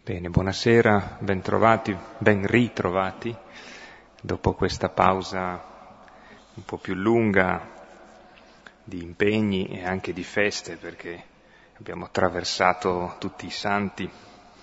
Bene, buonasera, ben ritrovati, dopo questa pausa un po' più lunga di impegni e anche di feste, perché abbiamo attraversato tutti i santi.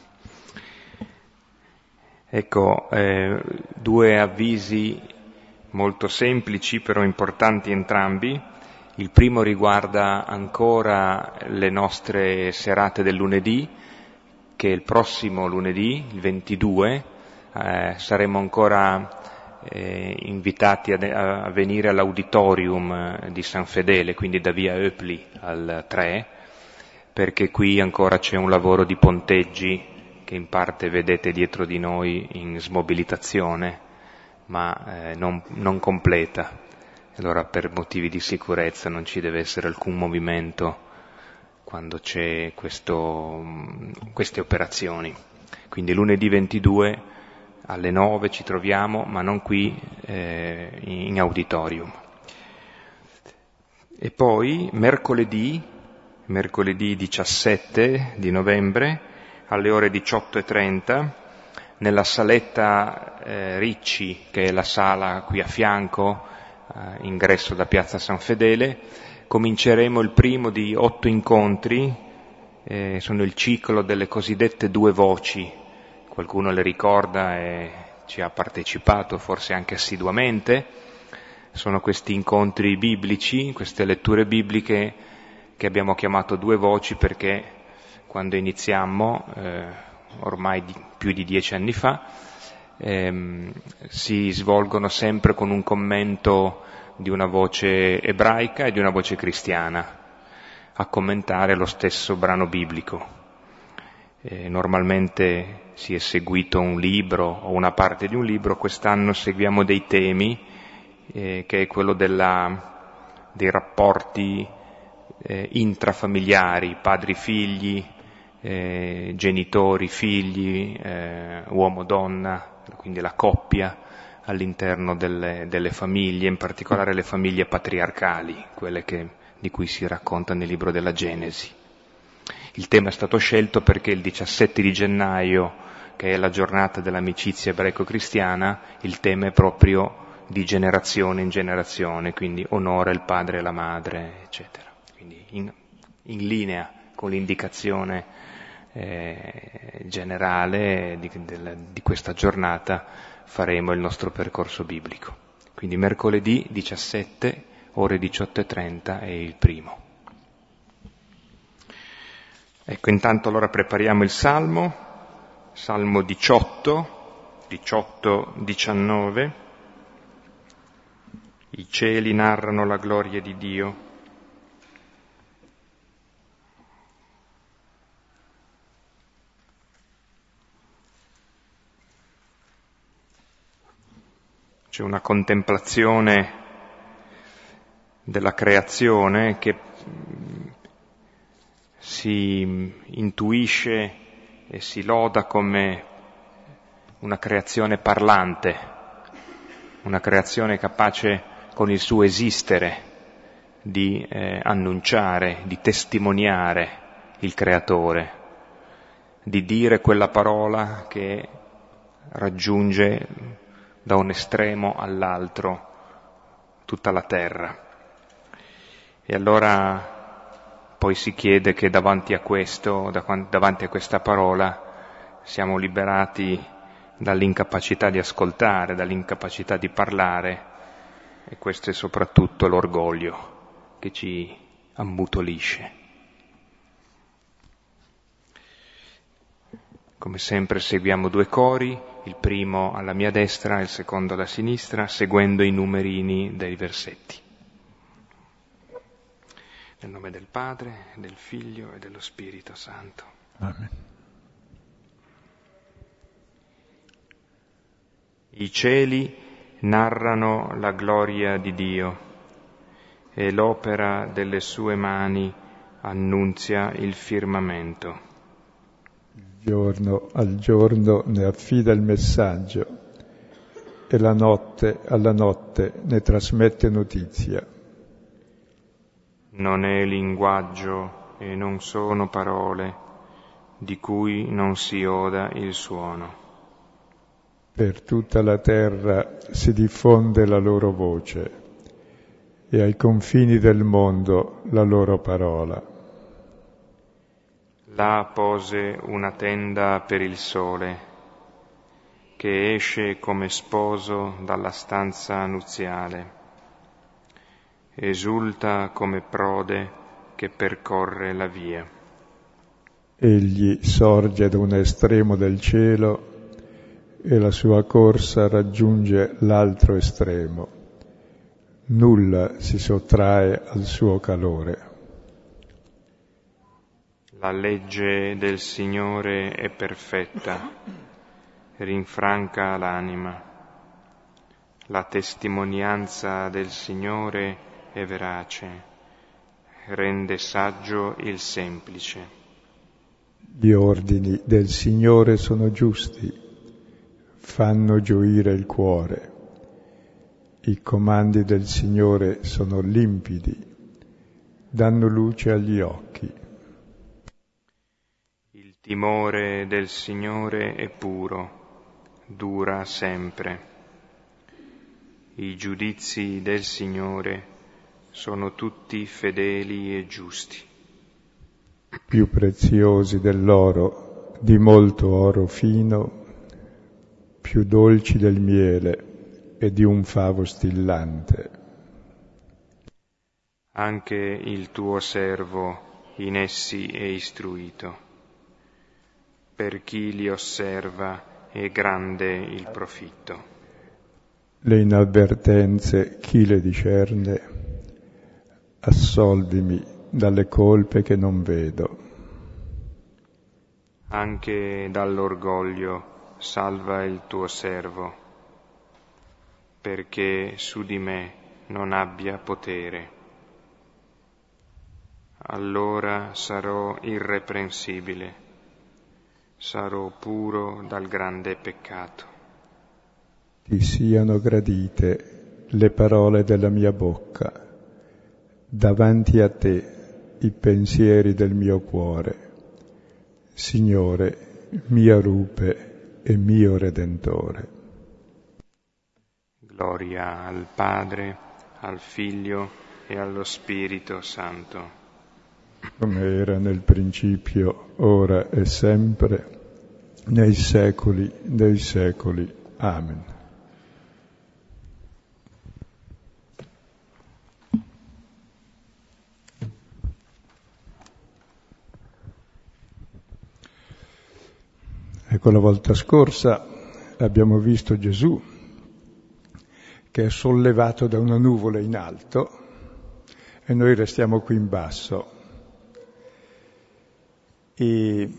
Ecco, due avvisi molto semplici, però importanti entrambi. Il primo riguarda ancora le nostre serate del lunedì, che il prossimo lunedì, il 22, saremo ancora invitati a venire all'auditorium di San Fedele, quindi da via Eupli al 3, perché qui ancora c'è un lavoro di ponteggi che in parte vedete dietro di noi in smobilitazione, ma non completa. Allora per motivi di sicurezza non ci deve essere alcun movimento quando c'è queste operazioni. Quindi lunedì 22 alle 9 ci troviamo, ma non qui in auditorium. E poi mercoledì 17 di novembre alle ore 18:30 nella saletta Ricci, che è la sala qui a fianco, ingresso da Piazza San Fedele, cominceremo il primo di 8 incontri, sono il ciclo delle cosiddette due voci. Qualcuno le ricorda e ci ha partecipato, forse anche assiduamente. Sono questi incontri biblici, queste letture bibliche che abbiamo chiamato due voci perché quando iniziammo, ormai più di 10 anni fa, si svolgono sempre con un commento di una voce ebraica e di una voce cristiana a commentare lo stesso brano biblico. Normalmente si è seguito un libro o una parte di un libro, quest'anno seguiamo dei temi, che è quello dei rapporti intrafamiliari, padri-figli, genitori-figli, uomo-donna, quindi la coppia all'interno delle famiglie, in particolare le famiglie patriarcali, quelle di cui si racconta nel libro della Genesi. Il tema è stato scelto perché il 17 di gennaio, che è la giornata dell'amicizia ebraico-cristiana, il tema è proprio di generazione in generazione, quindi onora il padre e la madre, eccetera. Quindi in linea con l'indicazione generale di questa giornata faremo il nostro percorso biblico. Quindi mercoledì 17, ore 18:30 è il primo. Ecco, intanto allora prepariamo il Salmo 18-19. I cieli narrano la gloria di Dio. C'è una contemplazione della creazione che si intuisce e si loda come una creazione parlante, una creazione capace con il suo esistere di annunciare, di testimoniare il Creatore, di dire quella parola che raggiunge da un estremo all'altro tutta la terra. E allora poi si chiede che davanti a questa parola siamo liberati dall'incapacità di ascoltare, dall'incapacità di parlare, e questo è soprattutto l'orgoglio che ci ammutolisce. Come sempre seguiamo due cori, il primo alla mia destra e il secondo alla sinistra, seguendo i numerini dei versetti. Nel nome del Padre, del Figlio e dello Spirito Santo. Amen. I cieli narrano la gloria di Dio e l'opera delle sue mani annunzia il firmamento. Giorno al giorno ne affida il messaggio e la notte alla notte ne trasmette notizia. Non è linguaggio e non sono parole, di cui non si oda il suono. Per tutta la terra si diffonde la loro voce e ai confini del mondo la loro parola. Là pose una tenda per il sole, che esce come sposo dalla stanza nuziale. Esulta come prode che percorre la via. Egli sorge da un estremo del cielo e la sua corsa raggiunge l'altro estremo. Nulla si sottrae al suo calore. La legge del Signore è perfetta, rinfranca l'anima. La testimonianza del Signore è verace, rende saggio il semplice. Gli ordini del Signore sono giusti, fanno gioire il cuore. I comandi del Signore sono limpidi, danno luce agli occhi. Il timore del Signore è puro, dura sempre. I giudizi del Signore sono tutti fedeli e giusti. Più preziosi dell'oro, di molto oro fino, più dolci del miele e di un favo stillante. Anche il tuo servo in essi è istruito. Per chi li osserva è grande il profitto. Le inavvertenze chi le discerne? Assolvimi dalle colpe che non vedo. Anche dall'orgoglio salva il tuo servo, perché su di me non abbia potere. Allora sarò irreprensibile, sarò puro dal grande peccato. Ti siano gradite le parole della mia bocca, davanti a te i pensieri del mio cuore. Signore, mia rupe e mio Redentore. Gloria al Padre, al Figlio e allo Spirito Santo. Come era nel principio, ora e sempre, nei secoli dei secoli. Amen. Ecco, la volta scorsa abbiamo visto Gesù che è sollevato da una nuvola in alto e noi restiamo qui in basso. E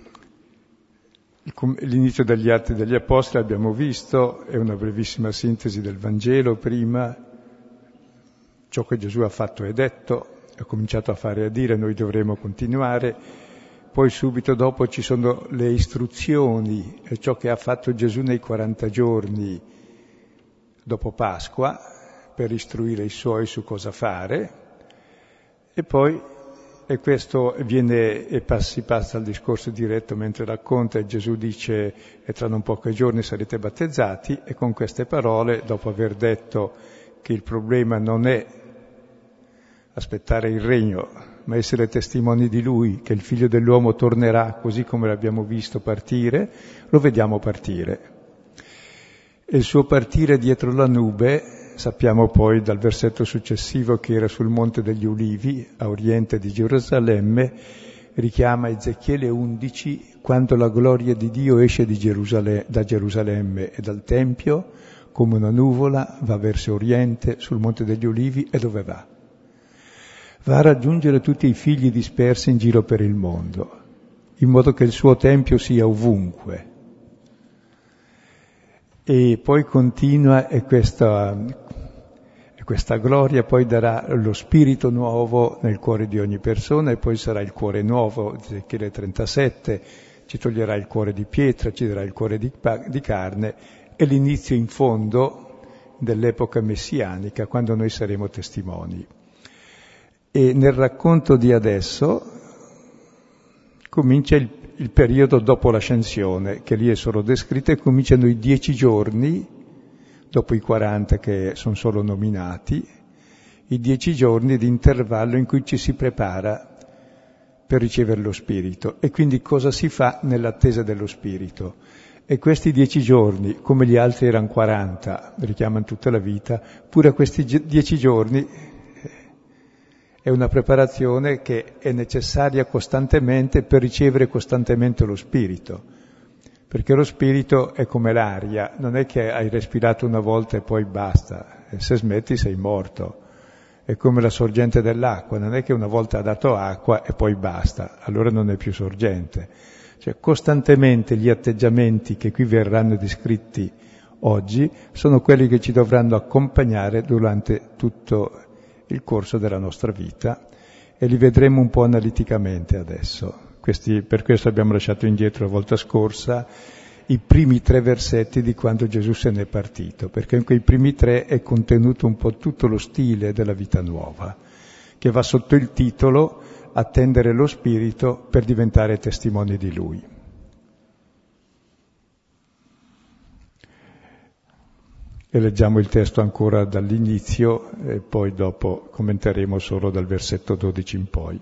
l'inizio degli Atti degli Apostoli abbiamo visto, è una brevissima sintesi del Vangelo prima, ciò che Gesù ha fatto e detto, ha cominciato a fare e a dire, noi dovremo continuare, poi subito dopo ci sono le istruzioni, e ciò che ha fatto Gesù nei 40 giorni dopo Pasqua, per istruire i suoi su cosa fare, e poi e questo viene e si passa al discorso diretto mentre racconta e Gesù dice e tra non pochi giorni sarete battezzati, e con queste parole, dopo aver detto che il problema non è aspettare il regno ma essere testimoni di Lui, che il Figlio dell'uomo tornerà così come l'abbiamo visto partire, lo vediamo partire. E il suo partire dietro la nube sappiamo poi dal versetto successivo che era sul Monte degli Ulivi, a oriente di Gerusalemme, richiama Ezechiele 11, quando la gloria di Dio esce da Gerusalemme e dal Tempio, come una nuvola, va verso oriente sul Monte degli Ulivi, e dove va? Va a raggiungere tutti i figli dispersi in giro per il mondo, in modo che il suo Tempio sia ovunque. E poi continua e questa gloria poi darà lo spirito nuovo nel cuore di ogni persona, e poi sarà il cuore nuovo, Ezechiele 37, ci toglierà il cuore di pietra, ci darà il cuore di carne, e l'inizio in fondo dell'epoca messianica, quando noi saremo testimoni. E nel racconto di adesso comincia il periodo dopo l'ascensione, che lì è solo descritto, e cominciano i 10 giorni, dopo i 40 che sono solo nominati, i 10 giorni di intervallo in cui ci si prepara per ricevere lo Spirito. E quindi cosa si fa nell'attesa dello Spirito? E questi 10 giorni, come gli altri erano 40, richiamano tutta la vita, pure questi 10 giorni è una preparazione che è necessaria costantemente per ricevere costantemente lo Spirito. Perché lo Spirito è come l'aria, non è che hai respirato una volta e poi basta, e se smetti sei morto. È come la sorgente dell'acqua, non è che una volta ha dato acqua e poi basta, allora non è più sorgente. Cioè costantemente gli atteggiamenti che qui verranno descritti oggi sono quelli che ci dovranno accompagnare durante tutto il corso della nostra vita, e li vedremo un po' analiticamente adesso. Per questo abbiamo lasciato indietro la volta scorsa i primi 3 versetti di quando Gesù se n'è partito, perché in quei primi 3 è contenuto un po' tutto lo stile della vita nuova, che va sotto il titolo Attendere lo Spirito per diventare testimoni di Lui. E leggiamo il testo ancora dall'inizio e poi dopo commenteremo solo dal versetto 12 in poi.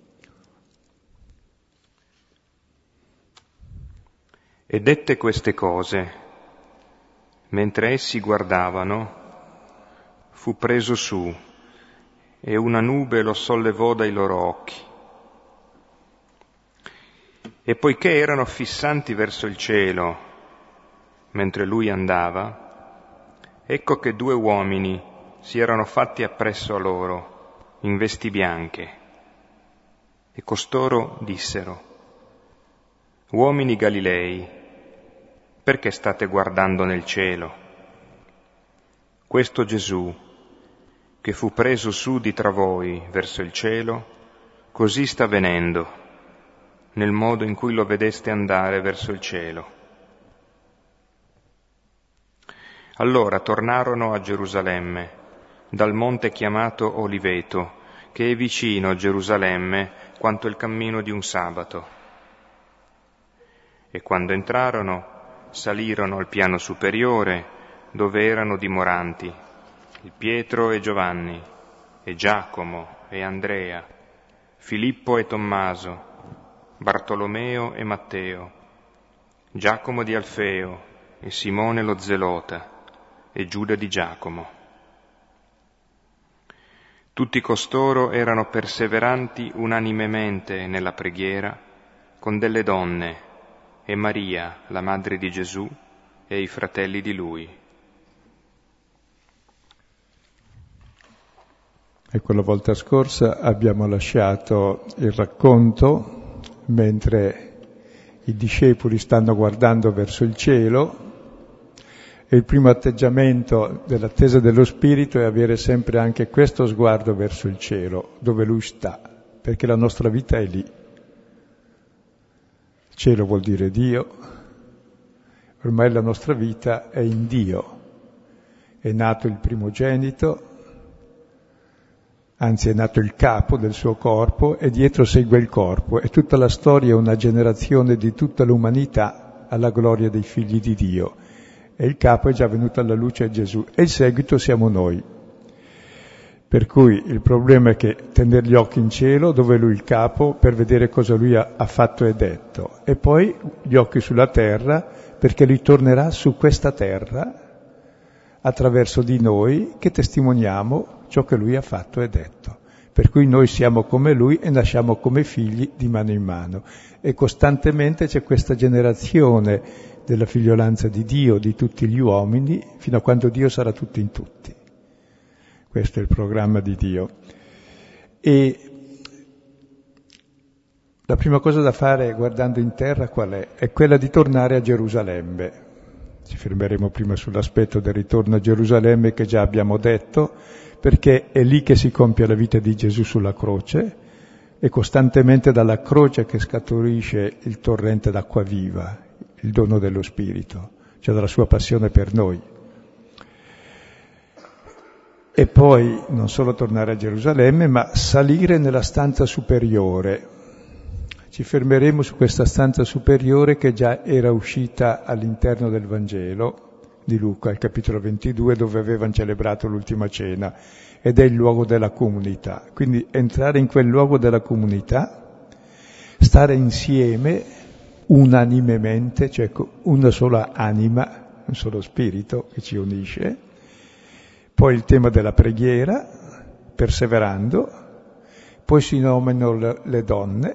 E dette queste cose, mentre essi guardavano, fu preso su, e una nube lo sollevò dai loro occhi. E poiché erano fissanti verso il cielo, mentre lui andava, ecco che 2 uomini si erano fatti appresso a loro, in vesti bianche, e costoro dissero: Uomini Galilei, perché state guardando nel cielo? Questo Gesù, che fu preso su di tra voi verso il cielo, così sta venendo, nel modo in cui lo vedeste andare verso il cielo. Allora tornarono a Gerusalemme, dal monte chiamato Oliveto, che è vicino a Gerusalemme quanto il cammino di un sabato. E quando entrarono, salirono al piano superiore, dove erano dimoranti il Pietro e Giovanni, e Giacomo e Andrea, Filippo e Tommaso, Bartolomeo e Matteo, Giacomo di Alfeo e Simone lo Zelota, e Giuda di Giacomo. Tutti costoro erano perseveranti unanimemente nella preghiera con delle donne e Maria, la madre di Gesù, e i fratelli di lui. Ecco, la volta scorsa abbiamo lasciato il racconto mentre i discepoli stanno guardando verso il cielo. E il primo atteggiamento dell'attesa dello Spirito è avere sempre anche questo sguardo verso il cielo, dove Lui sta, perché la nostra vita è lì. Cielo vuol dire Dio, ormai la nostra vita è in Dio. È nato il primogenito, anzi è nato il capo del suo corpo, e dietro segue il corpo, e tutta la storia è una generazione di tutta l'umanità alla gloria dei figli di Dio. E il capo è già venuto alla luce a Gesù, e il seguito siamo noi. Per cui il problema è che tenere gli occhi in cielo, dove Lui il capo, per vedere cosa Lui ha fatto e detto, e poi gli occhi sulla terra, perché Lui tornerà su questa terra attraverso di noi che testimoniamo ciò che Lui ha fatto e detto. Per cui noi siamo come Lui e nasciamo come figli di mano in mano. E costantemente c'è questa generazione della figliolanza di Dio, di tutti gli uomini, fino a quando Dio sarà tutto in tutti. Questo è il programma di Dio. E la prima cosa da fare guardando in terra qual è? È quella di tornare a Gerusalemme. Ci fermeremo prima sull'aspetto del ritorno a Gerusalemme che già abbiamo detto, perché è lì che si compie la vita di Gesù sulla croce, e costantemente dalla croce che scaturisce il torrente d'acqua viva, il dono dello Spirito, cioè dalla sua passione per noi. E poi non solo tornare a Gerusalemme, ma salire nella stanza superiore, Ci fermeremo su questa stanza superiore che già era uscita all'interno del Vangelo di Luca, il capitolo 22, dove avevano celebrato l'ultima cena, ed è il luogo della comunità. Quindi entrare in quel luogo della comunità, stare insieme unanimemente, cioè una sola anima, un solo spirito che ci unisce. Poi il tema della preghiera, perseverando. Poi si nominano le donne,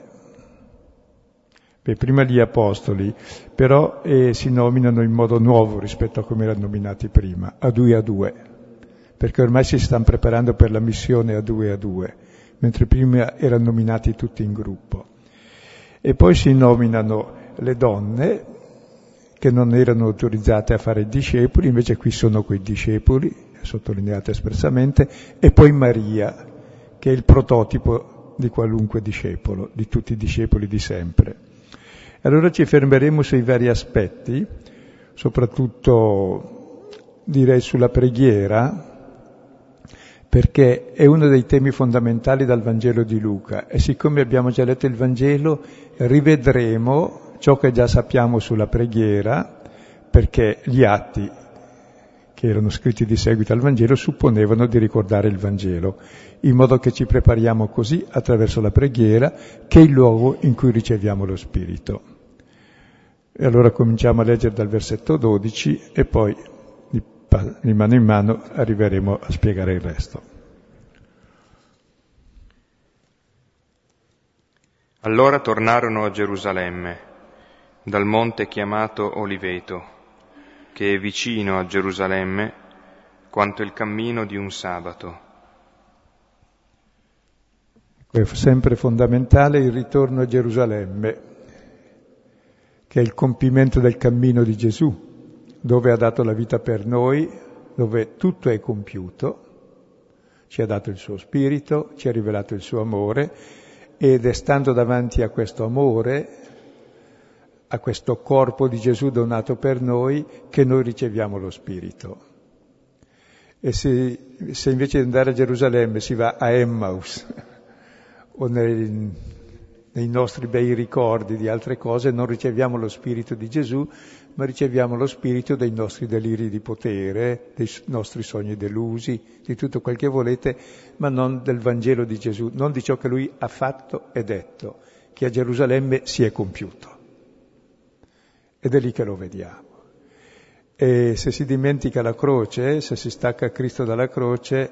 prima gli apostoli, però si nominano in modo nuovo rispetto a come erano nominati prima, a due, perché ormai si stanno preparando per la missione a due, mentre prima erano nominati tutti in gruppo. E poi si nominano le donne, che non erano autorizzate a fare i discepoli, invece qui sono quei discepoli, sottolineate espressamente, e poi Maria, che è il prototipo di qualunque discepolo, di tutti i discepoli di sempre. Allora ci fermeremo sui vari aspetti, soprattutto direi sulla preghiera, perché è uno dei temi fondamentali dal Vangelo di Luca, e siccome abbiamo già letto il Vangelo, rivedremo ciò che già sappiamo sulla preghiera, perché gli atti che erano scritti di seguito al Vangelo supponevano di ricordare il Vangelo, in modo che ci prepariamo così attraverso la preghiera, che è il luogo in cui riceviamo lo Spirito. E allora cominciamo a leggere dal versetto 12 e poi di mano in mano arriveremo a spiegare il resto. Allora tornarono a Gerusalemme, dal monte chiamato Oliveto, che è vicino a Gerusalemme quanto il cammino di un sabato. È sempre fondamentale il ritorno a Gerusalemme, che è il compimento del cammino di Gesù, dove ha dato la vita per noi, dove tutto è compiuto, ci ha dato il suo spirito, ci ha rivelato il suo amore, ed è stando davanti a questo amore, a questo corpo di Gesù donato per noi, che noi riceviamo lo Spirito. E se invece di andare a Gerusalemme si va a Emmaus o nei nostri bei ricordi di altre cose, non riceviamo lo Spirito di Gesù, ma riceviamo lo Spirito dei nostri deliri di potere, dei nostri sogni delusi, di tutto quel che volete, ma non del Vangelo di Gesù, non di ciò che Lui ha fatto e detto, che a Gerusalemme si è compiuto. Ed è lì che lo vediamo. E se si dimentica la croce, se si stacca Cristo dalla croce,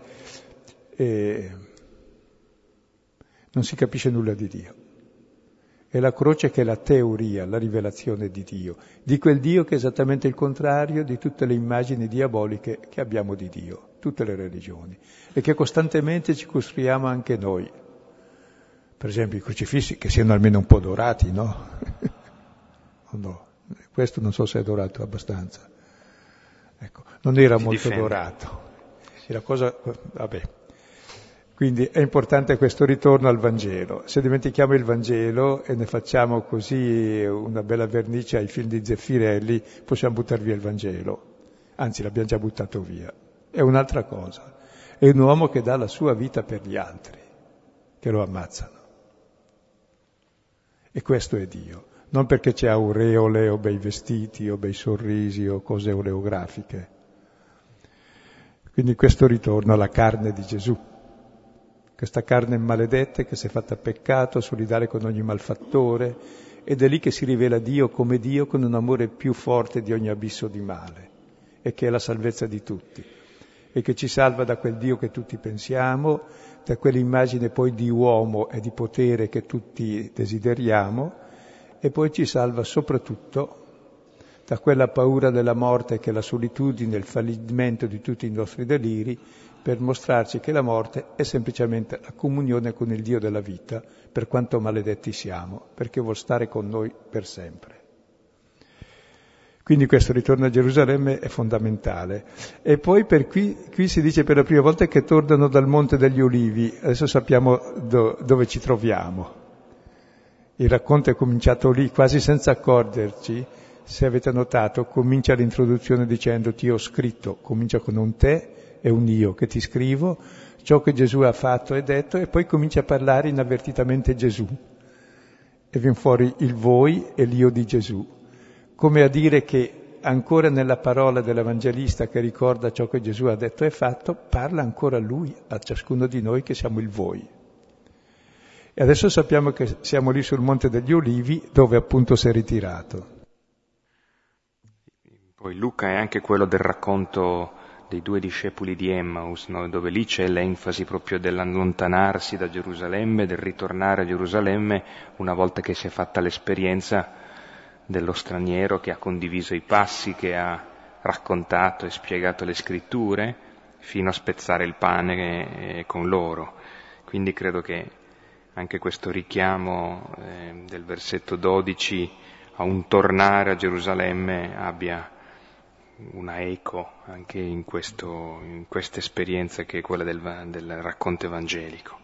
non si capisce nulla di Dio. È la croce che è la teoria, la rivelazione di Dio, di quel Dio che è esattamente il contrario di tutte le immagini diaboliche che abbiamo di Dio, tutte le religioni, e che costantemente ci costruiamo anche noi. Per esempio i crocifissi, che siano almeno un po' dorati, no? No. Questo non so se è dorato abbastanza. Ecco, non era molto dorato. Era cosa, vabbè. Quindi è importante questo ritorno al Vangelo. Se dimentichiamo il Vangelo e ne facciamo così una bella vernice ai film di Zeffirelli, possiamo buttar via il Vangelo. Anzi, l'abbiamo già buttato via. È un'altra cosa. È un uomo che dà la sua vita per gli altri, che lo ammazzano. E questo è Dio. Non perché c'è aureole o bei vestiti o bei sorrisi o cose oleografiche. Quindi questo ritorno alla carne di Gesù, questa carne maledetta che si è fatta peccato, solidale con ogni malfattore, ed è lì che si rivela Dio come Dio con un amore più forte di ogni abisso di male, e che è la salvezza di tutti, e che ci salva da quel Dio che tutti pensiamo, da quell'immagine poi di uomo e di potere che tutti desideriamo, e poi ci salva soprattutto da quella paura della morte che è la solitudine, il fallimento di tutti i nostri deliri, per mostrarci che la morte è semplicemente la comunione con il Dio della vita, per quanto maledetti siamo, perché vuol stare con noi per sempre. Quindi questo ritorno a Gerusalemme è fondamentale. E poi qui si dice per la prima volta che tornano dal Monte degli Ulivi, adesso sappiamo dove ci troviamo. Il racconto è cominciato lì, quasi senza accorgerci. Se avete notato, comincia l'introduzione dicendo ti ho scritto, comincia con un te e un io che ti scrivo, ciò che Gesù ha fatto e detto, e poi comincia a parlare inavvertitamente Gesù. e viene fuori il voi e l'io di Gesù, come a dire che ancora nella parola dell'Evangelista che ricorda ciò che Gesù ha detto e fatto, parla ancora lui a ciascuno di noi che siamo il voi. E adesso sappiamo che siamo lì sul Monte degli Ulivi, dove appunto si è ritirato. Poi Luca è anche quello del racconto dei 2 discepoli di Emmaus, no? Dove lì c'è l'enfasi proprio dell'allontanarsi da Gerusalemme, del ritornare a Gerusalemme una volta che si è fatta l'esperienza dello straniero che ha condiviso i passi, che ha raccontato e spiegato le scritture, fino a spezzare il pane con loro. Quindi credo che anche questo richiamo del versetto 12 a un tornare a Gerusalemme abbia una eco anche in questa esperienza che è quella del racconto evangelico.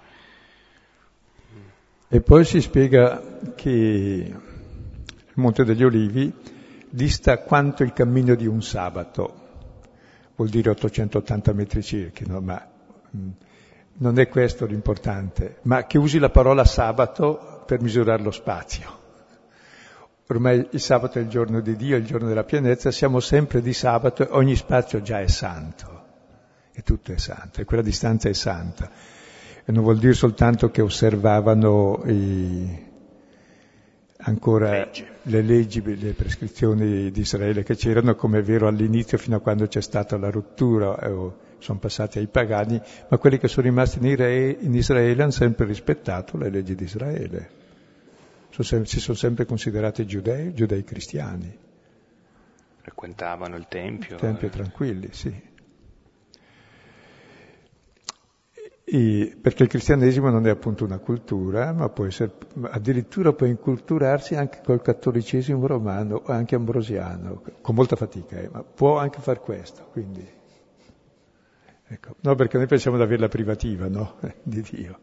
E poi si spiega che il Monte degli Ulivi dista quanto il cammino di un sabato, vuol dire 880 metri circa, no? Ma non è questo l'importante, ma che usi la parola sabato per misurare lo spazio. Ormai il sabato è il giorno di Dio, il giorno della pienezza, siamo sempre di sabato e ogni spazio già è santo, e tutto è santo, e quella distanza è santa. E non vuol dire soltanto che osservavano ancora le leggi, le prescrizioni di Israele che c'erano, come è vero all'inizio fino a quando c'è stata la rottura, sono passati ai pagani, ma quelli che sono rimasti in Israele hanno sempre rispettato le leggi di Israele. Si sono sempre considerati giudei cristiani. Frequentavano il Tempio. Il Tempio tranquilli, sì. Perché il cristianesimo non è appunto una cultura, ma può essere, addirittura può inculturarsi anche col cattolicesimo romano o anche ambrosiano, con molta fatica, ma può anche far questo, quindi. Ecco. No, perché noi pensiamo di avere la privativa, no? Di Dio.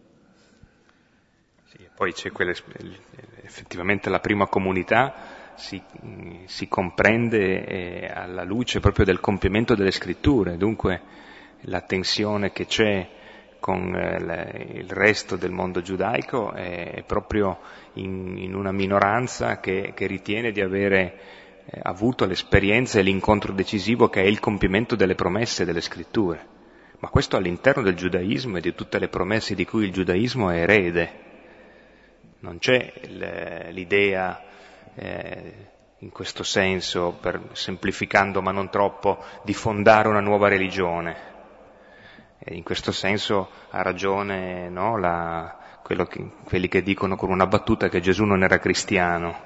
Poi c'è effettivamente la prima comunità si comprende alla luce proprio del compimento delle scritture, dunque la tensione che c'è con il resto del mondo giudaico è proprio in una minoranza che ritiene di avere avuto l'esperienza e l'incontro decisivo che è il compimento delle promesse delle scritture. Ma questo all'interno del giudaismo e di tutte le promesse di cui il giudaismo è erede. Non c'è l'idea, in questo senso, semplificando ma non troppo, di fondare una nuova religione. In questo senso ha ragione, no, quelli che dicono con una battuta che Gesù non era cristiano.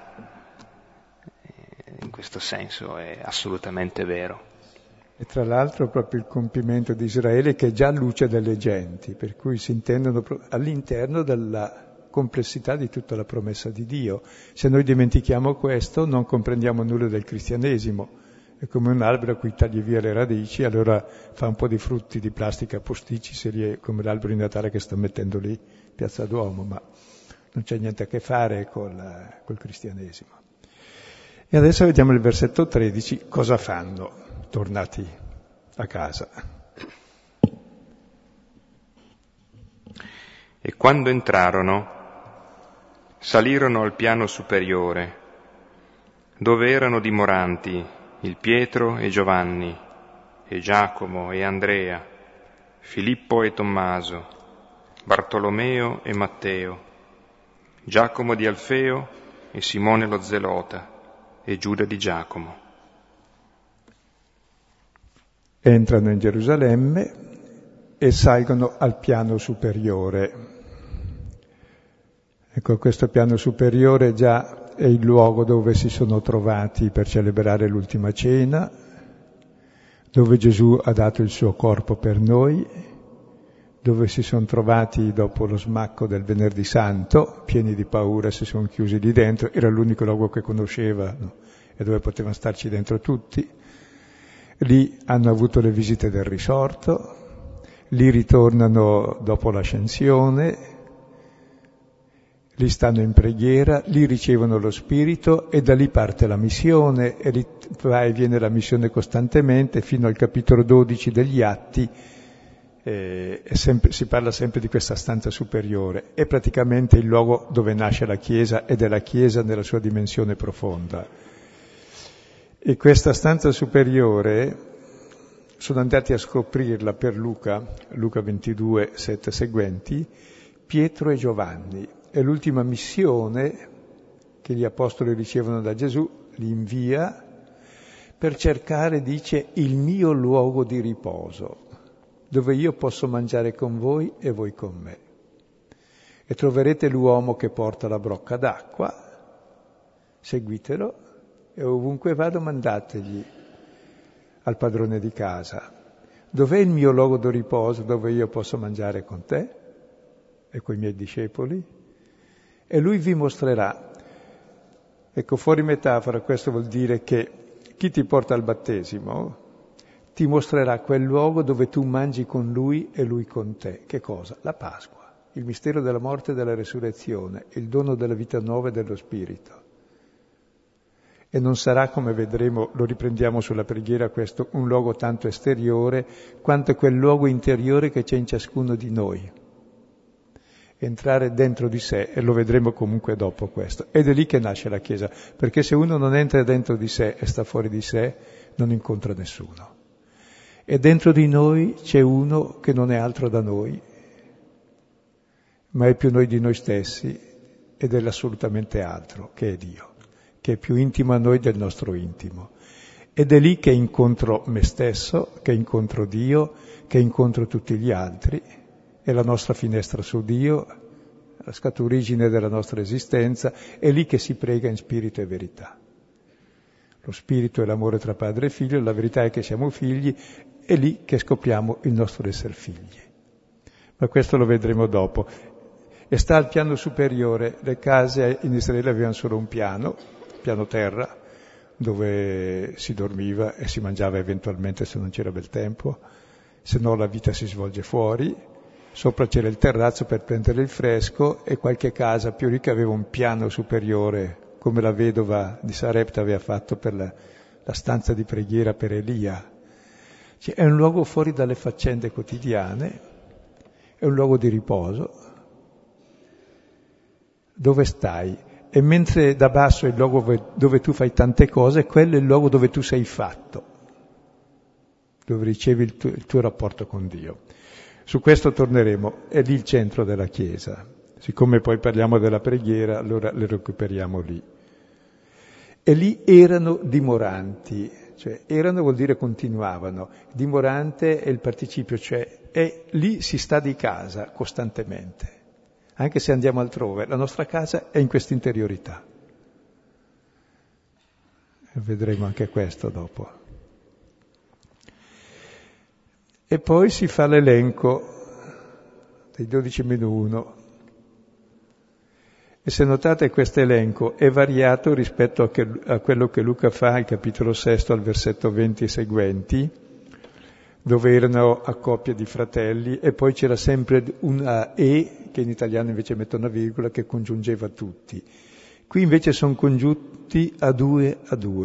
In questo senso è assolutamente vero. E tra l'altro proprio il compimento di Israele che è già luce delle genti, per cui si intendono all'interno della complessità di tutta la promessa di Dio. Se noi dimentichiamo questo non comprendiamo nulla del cristianesimo. È come un albero a cui tagli via le radici, allora fa un po' di frutti di plastica posticci, come l'albero di Natale che sto mettendo lì, Piazza Duomo, ma non c'è niente a che fare col cristianesimo. E adesso vediamo il versetto 13, cosa fanno, tornati a casa. E quando entrarono, salirono al piano superiore, dove erano dimoranti il Pietro e Giovanni, e Giacomo e Andrea, Filippo e Tommaso, Bartolomeo e Matteo, Giacomo di Alfeo e Simone lo Zelota, e Giuda di Giacomo. Entrano in Gerusalemme e salgono al piano superiore. Ecco, questo piano superiore già è il luogo dove si sono trovati per celebrare l'ultima cena, dove Gesù ha dato il suo corpo per noi, dove si sono trovati dopo lo smacco del Venerdì Santo, pieni di paura, si sono chiusi lì dentro, era l'unico luogo che conoscevano e dove potevano starci dentro tutti. Lì hanno avuto le visite del risorto, lì ritornano dopo l'ascensione, lì stanno in preghiera, lì ricevono lo Spirito e da lì parte la missione e lì va e viene la missione costantemente fino al capitolo 12 degli Atti si parla sempre di questa stanza superiore, è praticamente il luogo dove nasce la Chiesa ed è la Chiesa nella sua dimensione profonda. E questa stanza superiore sono andati a scoprirla per Luca 22, 7 seguenti, Pietro e Giovanni. È l'ultima missione che gli apostoli ricevono da Gesù, li invia per cercare, dice, il mio luogo di riposo, dove io posso mangiare con voi e voi con me. E troverete l'uomo che porta la brocca d'acqua, seguitelo, e ovunque vado mandategli al padrone di casa. Dov'è il mio luogo di riposo dove io posso mangiare con te e coi miei discepoli? E lui vi mostrerà. Ecco, fuori metafora, questo vuol dire che chi ti porta al battesimo ti mostrerà quel luogo dove tu mangi con lui e lui con te. Che cosa? La Pasqua, il mistero della morte e della resurrezione, il dono della vita nuova e dello Spirito. E non sarà, come vedremo, lo riprendiamo sulla preghiera, questo un luogo tanto esteriore quanto quel luogo interiore che c'è in ciascuno di noi. Entrare dentro di sé, e lo vedremo comunque dopo questo. Ed è lì che nasce la Chiesa, perché se uno non entra dentro di sé e sta fuori di sé, non incontra nessuno. E dentro di noi c'è uno che non è altro da noi, ma è più noi di noi stessi ed è assolutamente altro, che è Dio, che è più intimo a noi del nostro intimo. Ed è lì che incontro me stesso, che incontro Dio, che incontro tutti gli altri. È la nostra finestra su Dio, la scaturigine della nostra esistenza, è lì che si prega in spirito e verità. Lo spirito è l'amore tra padre e figlio, la verità è che siamo figli, è lì che scopriamo il nostro essere figli. Ma questo lo vedremo dopo. E sta al piano superiore. Le case in Israele avevano solo un piano terra, dove si dormiva e si mangiava eventualmente se non c'era bel tempo, se no la vita si svolge fuori. Sopra c'era il terrazzo per prendere il fresco e qualche casa più ricca aveva un piano superiore, come la vedova di Sarepta aveva fatto per la stanza di preghiera per Elia. Cioè, è un luogo fuori dalle faccende quotidiane, è un luogo di riposo, dove stai. E mentre da basso è il luogo dove tu fai tante cose, quello è il luogo dove tu sei fatto, dove ricevi il tuo rapporto con Dio. Su questo torneremo, è lì il centro della Chiesa. Siccome poi parliamo della preghiera, allora le recuperiamo lì. E lì erano dimoranti, cioè erano vuol dire continuavano. Dimorante è il participio, cioè lì si sta di casa costantemente. Anche se andiamo altrove, la nostra casa è in questa interiorità. E vedremo anche questo dopo. E poi si fa l'elenco dei 12-1. E se notate questo elenco è variato rispetto a quello che Luca fa al capitolo 6 al versetto 20 e seguenti, dove erano a coppie di fratelli, e poi c'era sempre una E, che in italiano invece mette una virgola, che congiungeva tutti. Qui invece sono congiunti a due,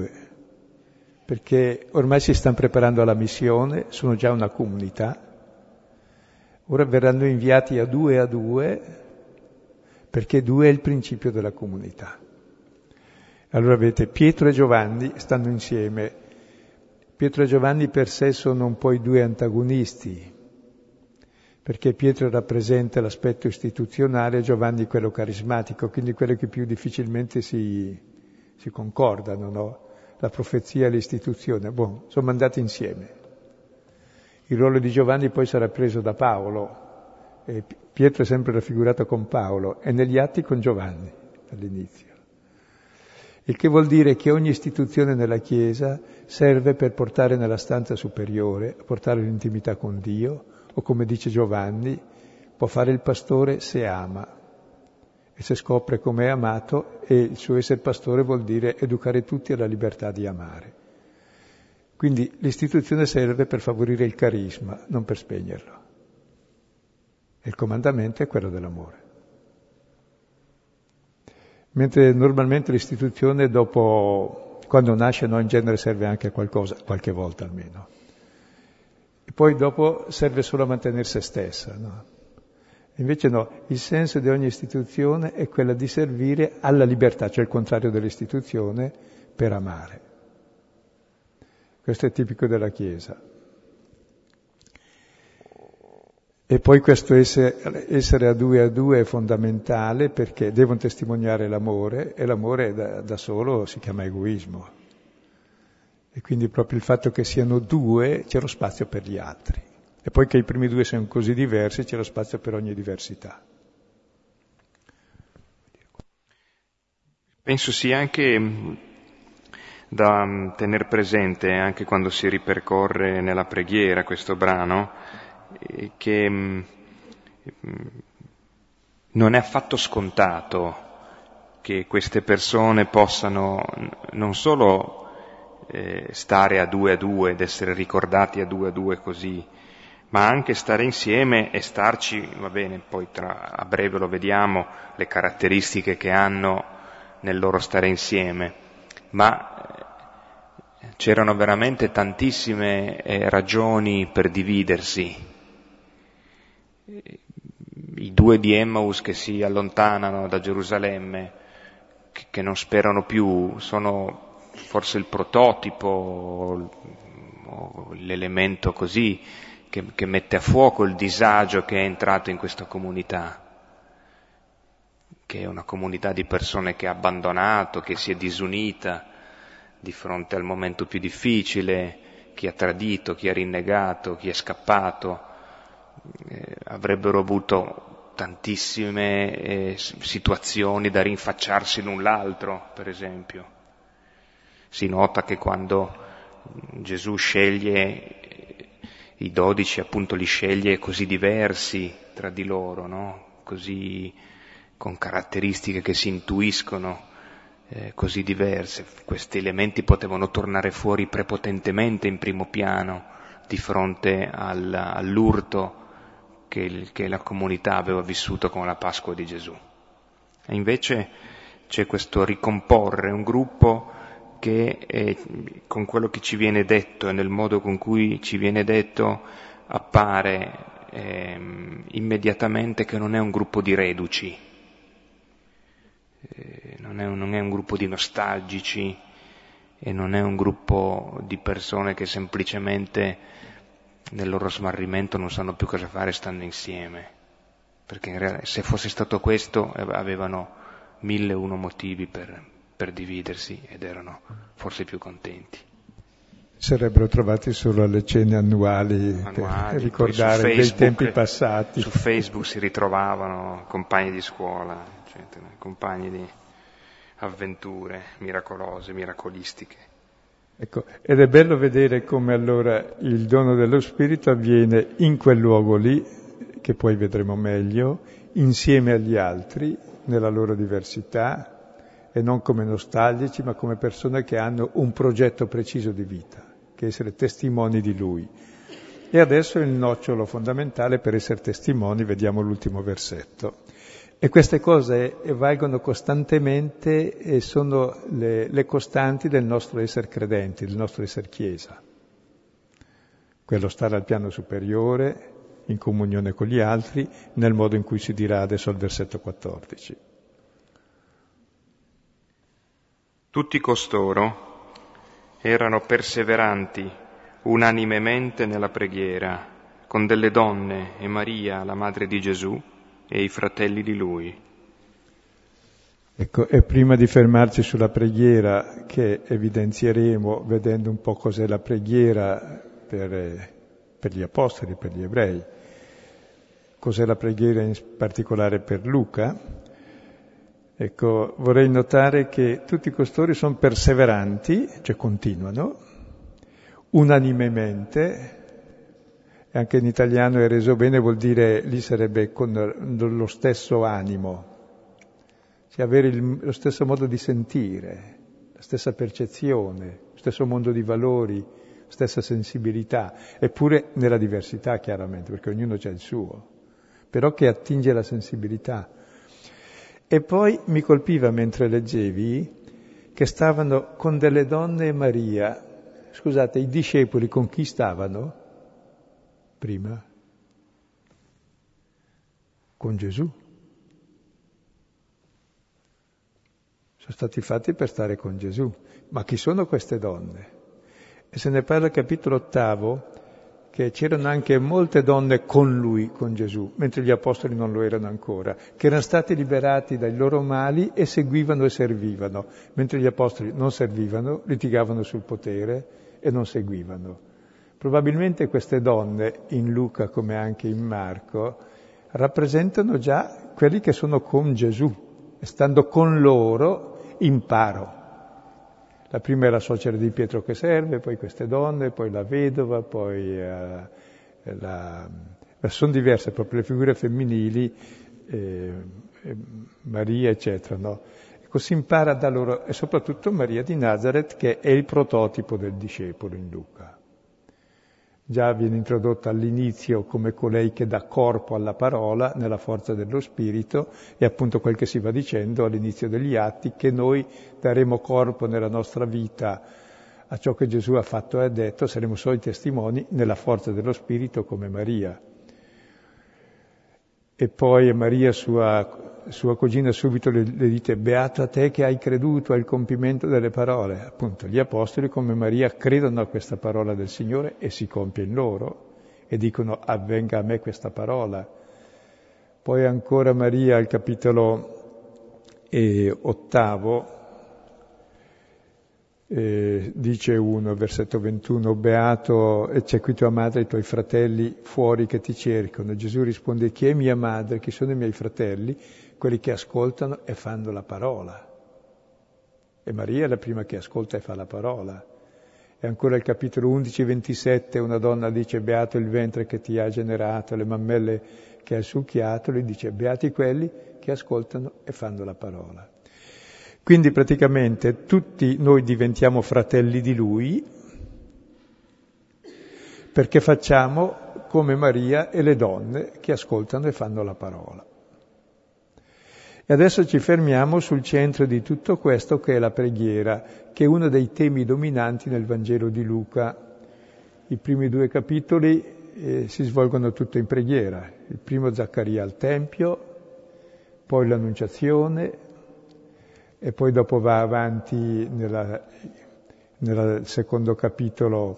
perché ormai si stanno preparando alla missione, sono già una comunità, ora verranno inviati a due, perché 2 è il principio della comunità. Allora vedete, Pietro e Giovanni stanno insieme. Pietro e Giovanni per sé sono un po' i 2 antagonisti, perché Pietro rappresenta l'aspetto istituzionale e Giovanni quello carismatico, quindi quello che più difficilmente si concordano, no? La profezia e l'istituzione, sono mandati insieme. Il ruolo di Giovanni poi sarà preso da Paolo, e Pietro è sempre raffigurato con Paolo, e negli Atti con Giovanni all'inizio. Il che vuol dire che ogni istituzione nella Chiesa serve per portare nella stanza superiore, portare l'intimità con Dio, o come dice Giovanni, può fare il pastore se ama. E se scopre come è amato, e il suo essere pastore vuol dire educare tutti alla libertà di amare. Quindi l'istituzione serve per favorire il carisma, non per spegnerlo. E il comandamento è quello dell'amore. Mentre normalmente l'istituzione dopo, quando nasce, in genere serve anche a qualcosa, qualche volta almeno. poi dopo serve solo a mantenere se stessa, no? Invece no, il senso di ogni istituzione è quello di servire alla libertà, cioè il contrario dell'istituzione, per amare. Questo è tipico della Chiesa. E poi questo essere a due è fondamentale perché devono testimoniare l'amore e l'amore da solo si chiama egoismo. E quindi proprio il fatto che siano due c'è lo spazio per gli altri. E poi che i primi due siano così diversi c'è lo spazio per ogni diversità. Penso sia anche da tenere presente, anche quando si ripercorre nella preghiera questo brano, che non è affatto scontato che queste persone possano non solo stare a due ed essere ricordati a due così, ma anche stare insieme e starci, va bene, poi a breve lo vediamo, le caratteristiche che hanno nel loro stare insieme, ma c'erano veramente tantissime ragioni per dividersi. I due di Emmaus che si allontanano da Gerusalemme, che non sperano più, sono forse il prototipo o l'elemento così che mette a fuoco il disagio che è entrato in questa comunità, che è una comunità di persone che ha abbandonato, che si è disunita di fronte al momento più difficile, chi ha tradito, chi ha rinnegato, chi è scappato. Avrebbero avuto tantissime situazioni da rinfacciarsi l'un l'altro, per esempio. Si nota che quando Gesù sceglie i 12, appunto li sceglie così diversi tra di loro, no? Così con caratteristiche che si intuiscono così diverse. Questi elementi potevano tornare fuori prepotentemente in primo piano di fronte all'urto che la comunità aveva vissuto con la Pasqua di Gesù. E invece c'è questo ricomporre un gruppo che con quello che ci viene detto e nel modo con cui ci viene detto appare immediatamente che non è un gruppo di reduci, non è un gruppo di nostalgici e non è un gruppo di persone che semplicemente nel loro smarrimento non sanno più cosa fare stando insieme, perché in realtà se fosse stato questo avevano 1001 motivi per dividersi ed erano forse più contenti. Sarebbero trovati solo alle cene annuali per ricordare dei tempi passati. Su Facebook si ritrovavano compagni di scuola, eccetera, compagni di avventure miracolose, miracolistiche. Ecco, ed è bello vedere come allora il dono dello Spirito avviene in quel luogo lì, che poi vedremo meglio, insieme agli altri, nella loro diversità, e non come nostalgici, ma come persone che hanno un progetto preciso di vita, che è essere testimoni di Lui. E adesso il nocciolo fondamentale per essere testimoni, vediamo l'ultimo versetto. E queste cose valgono costantemente e sono le costanti del nostro essere credenti, del nostro essere Chiesa. Quello stare al piano superiore, in comunione con gli altri, nel modo in cui si dirà adesso al versetto 14. Tutti costoro erano perseveranti unanimemente nella preghiera, con delle donne e Maria, la madre di Gesù, e i fratelli di Lui. Ecco, e prima di fermarci sulla preghiera, che evidenzieremo vedendo un po' cos'è la preghiera per gli apostoli, per gli ebrei, cos'è la preghiera in particolare per Luca, ecco, vorrei notare che tutti costoro sono perseveranti, cioè continuano, unanimemente, e anche in italiano è reso bene, vuol dire, lì sarebbe con lo stesso animo, cioè avere lo stesso modo di sentire, la stessa percezione, lo stesso mondo di valori, stessa sensibilità, eppure nella diversità chiaramente, perché ognuno ha il suo, però che attinge la sensibilità. E poi mi colpiva mentre leggevi che stavano con delle donne e Maria. Scusate, i discepoli con chi stavano? prima? Con Gesù. Sono stati fatti per stare con Gesù. Ma chi sono queste donne? E se ne parla al capitolo 8, che c'erano anche molte donne con lui, con Gesù, mentre gli apostoli non lo erano ancora, che erano stati liberati dai loro mali e seguivano e servivano, mentre gli apostoli non servivano, litigavano sul potere e non seguivano. Probabilmente queste donne, in Luca come anche in Marco, rappresentano già quelli che sono con Gesù, e stando con loro imparo. La prima è la suocera di Pietro che serve, poi queste donne, poi la vedova, poi sono diverse proprio le figure femminili, Maria, eccetera, no? Ecco, si impara da loro, e soprattutto Maria di Nazareth, che è il prototipo del discepolo in Luca. Già viene introdotta all'inizio come colei che dà corpo alla parola nella forza dello Spirito, e appunto quel che si va dicendo all'inizio degli Atti, che noi daremo corpo nella nostra vita a ciò che Gesù ha fatto e ha detto, saremo suoi testimoni nella forza dello Spirito come Maria. E poi Maria, sua cugina, subito le dite: beato a te che hai creduto al compimento delle parole. Appunto, gli apostoli come Maria credono a questa parola del Signore e si compie in loro e dicono: avvenga a me questa parola. Poi ancora Maria al capitolo 8, dice versetto 21, beato, e c'è qui tua madre e i tuoi fratelli fuori che ti cercano. Gesù risponde: chi è mia madre, chi sono i miei fratelli? Quelli che ascoltano e fanno la parola. E Maria è la prima che ascolta e fa la parola. E ancora il capitolo 11, 27, una donna dice: beato il ventre che ti ha generato, le mammelle che hai succhiato. Lui dice: beati quelli che ascoltano e fanno la parola. Quindi praticamente tutti noi diventiamo fratelli di Lui perché facciamo come Maria e le donne che ascoltano e fanno la parola. E adesso ci fermiamo sul centro di tutto questo, che è la preghiera, che è uno dei temi dominanti nel Vangelo di Luca. I primi 2 capitoli si svolgono tutto in preghiera. Il primo, Zaccaria al Tempio, poi l'Annunciazione, e poi dopo va avanti nel secondo capitolo,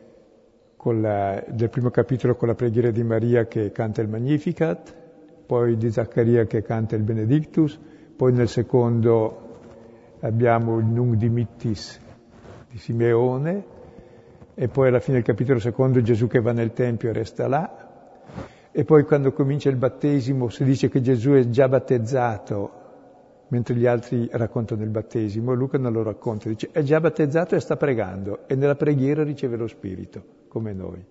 del primo capitolo con la preghiera di Maria che canta il Magnificat, poi di Zaccaria che canta il Benedictus, poi nel secondo abbiamo il Nunc Dimittis di Simeone, e poi alla fine del capitolo secondo Gesù che va nel Tempio e resta là, e poi quando comincia il battesimo si dice che Gesù è già battezzato, mentre gli altri raccontano il battesimo, Luca non lo racconta, dice è già battezzato e sta pregando, e nella preghiera riceve lo Spirito, come noi.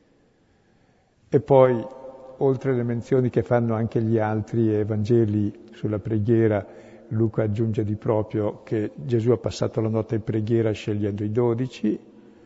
E poi, oltre alle menzioni che fanno anche gli altri Evangeli sulla preghiera, Luca aggiunge di proprio che Gesù ha passato la notte in preghiera scegliendo i 12,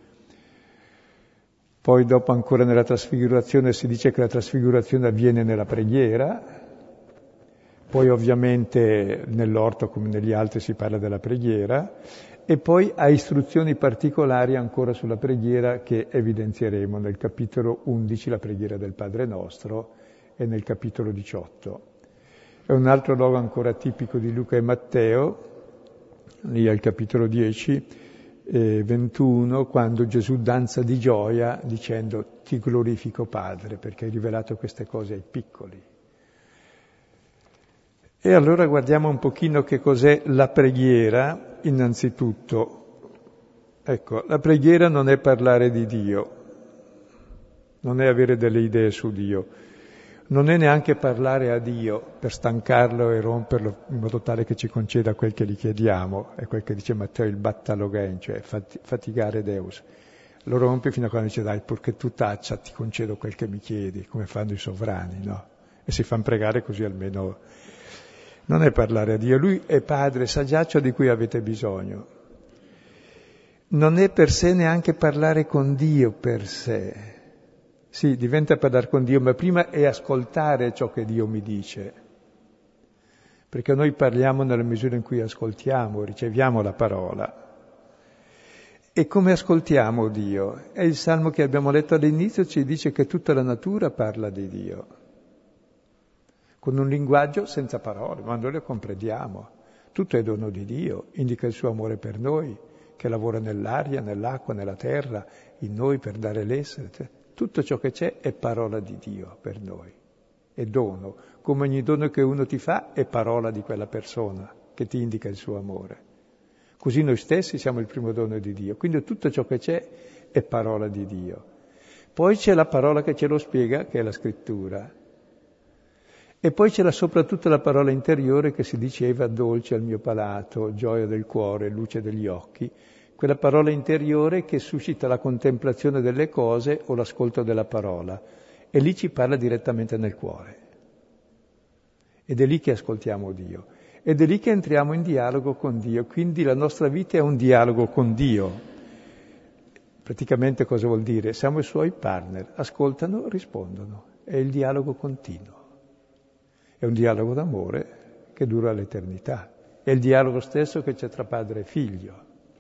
poi dopo ancora nella trasfigurazione si dice che la trasfigurazione avviene nella preghiera. Poi ovviamente nell'orto come negli altri si parla della preghiera, e poi ha istruzioni particolari ancora sulla preghiera che evidenzieremo nel capitolo 11, la preghiera del Padre Nostro, e nel capitolo 18. È un altro luogo ancora tipico di Luca e Matteo, lì al capitolo 10, 21, quando Gesù danza di gioia dicendo: ti glorifico Padre, perché hai rivelato queste cose ai piccoli. E allora guardiamo un pochino che cos'è la preghiera, innanzitutto. Ecco, la preghiera non è parlare di Dio, non è avere delle idee su Dio, non è neanche parlare a Dio per stancarlo e romperlo in modo tale che ci conceda quel che gli chiediamo, è quel che dice Matteo, il battalogen, cioè fatigare Deus. Lo rompe fino a quando dice: dai, purché tu taccia, ti concedo quel che mi chiedi, come fanno i sovrani, no? E si fanno pregare così almeno. Non è parlare a Dio, Lui è Padre, sa già ciò di cui avete bisogno. Non è per sé neanche parlare con Dio per sé. Sì, diventa parlare con Dio, ma prima è ascoltare ciò che Dio mi dice. Perché noi parliamo nella misura in cui ascoltiamo, riceviamo la parola. E come ascoltiamo Dio? È il salmo che abbiamo letto all'inizio, ci dice che tutta la natura parla di Dio, con un linguaggio senza parole, ma noi lo comprendiamo. Tutto è dono di Dio, indica il suo amore per noi, che lavora nell'aria, nell'acqua, nella terra, in noi per dare l'essere. Tutto ciò che c'è è parola di Dio per noi, è dono. Come ogni dono che uno ti fa è parola di quella persona che ti indica il suo amore. Così noi stessi siamo il primo dono di Dio, quindi tutto ciò che c'è è parola di Dio. Poi c'è la parola che ce lo spiega, che è la scrittura. E poi c'è soprattutto la parola interiore che si diceva dolce al mio palato, gioia del cuore, luce degli occhi, quella parola interiore che suscita la contemplazione delle cose o l'ascolto della parola. E lì ci parla direttamente nel cuore. Ed è lì che ascoltiamo Dio. Ed è lì che entriamo in dialogo con Dio, quindi la nostra vita è un dialogo con Dio. Praticamente cosa vuol dire? Siamo i suoi partner, ascoltano, rispondono, è il dialogo continuo. È un dialogo d'amore che dura l'eternità, è il dialogo stesso che c'è tra padre e figlio.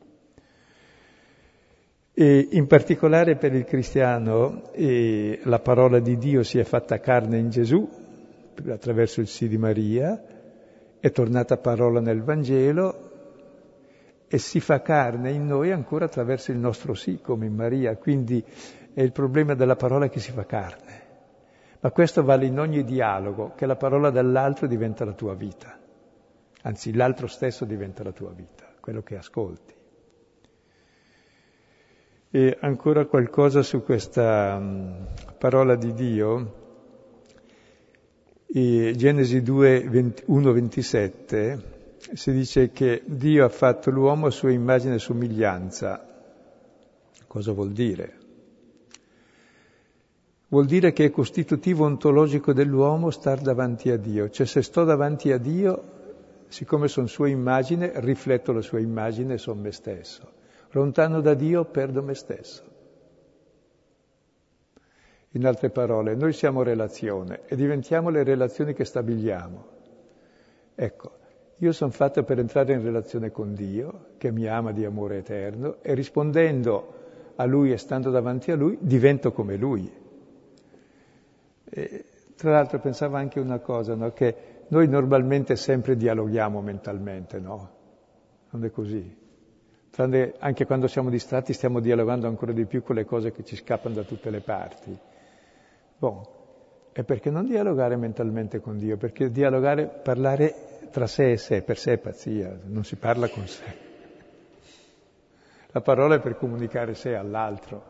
E in particolare per il cristiano la parola di Dio si è fatta carne in Gesù, attraverso il sì di Maria, è tornata parola nel Vangelo e si fa carne in noi ancora attraverso il nostro sì, come in Maria. Quindi è il problema della parola che si fa carne. Ma questo vale in ogni dialogo, che la parola dall'altro diventa la tua vita. Anzi, l'altro stesso diventa la tua vita, quello che ascolti. E ancora qualcosa su questa parola di Dio. Genesi 1:27 si dice che Dio ha fatto l'uomo a sua immagine e somiglianza. Cosa vuol dire? Vuol dire che è costitutivo ontologico dell'uomo star davanti a Dio. Cioè se sto davanti a Dio, siccome sono sua immagine, rifletto la sua immagine e sono me stesso. Lontano da Dio perdo me stesso. In altre parole, noi siamo relazione e diventiamo le relazioni che stabiliamo. Ecco, io sono fatto per entrare in relazione con Dio, che mi ama di amore eterno, e rispondendo a Lui e stando davanti a Lui, divento come Lui. E, tra l'altro pensavo anche una cosa, no? Che noi normalmente sempre dialoghiamo mentalmente, no? Non è così. Tranne anche quando siamo distratti stiamo dialogando ancora di più con le cose che ci scappano da tutte le parti. È perché non dialogare mentalmente con Dio? Perché dialogare, parlare tra sé e sé, per sé è pazzia, non si parla con sé. La parola è per comunicare sé all'altro.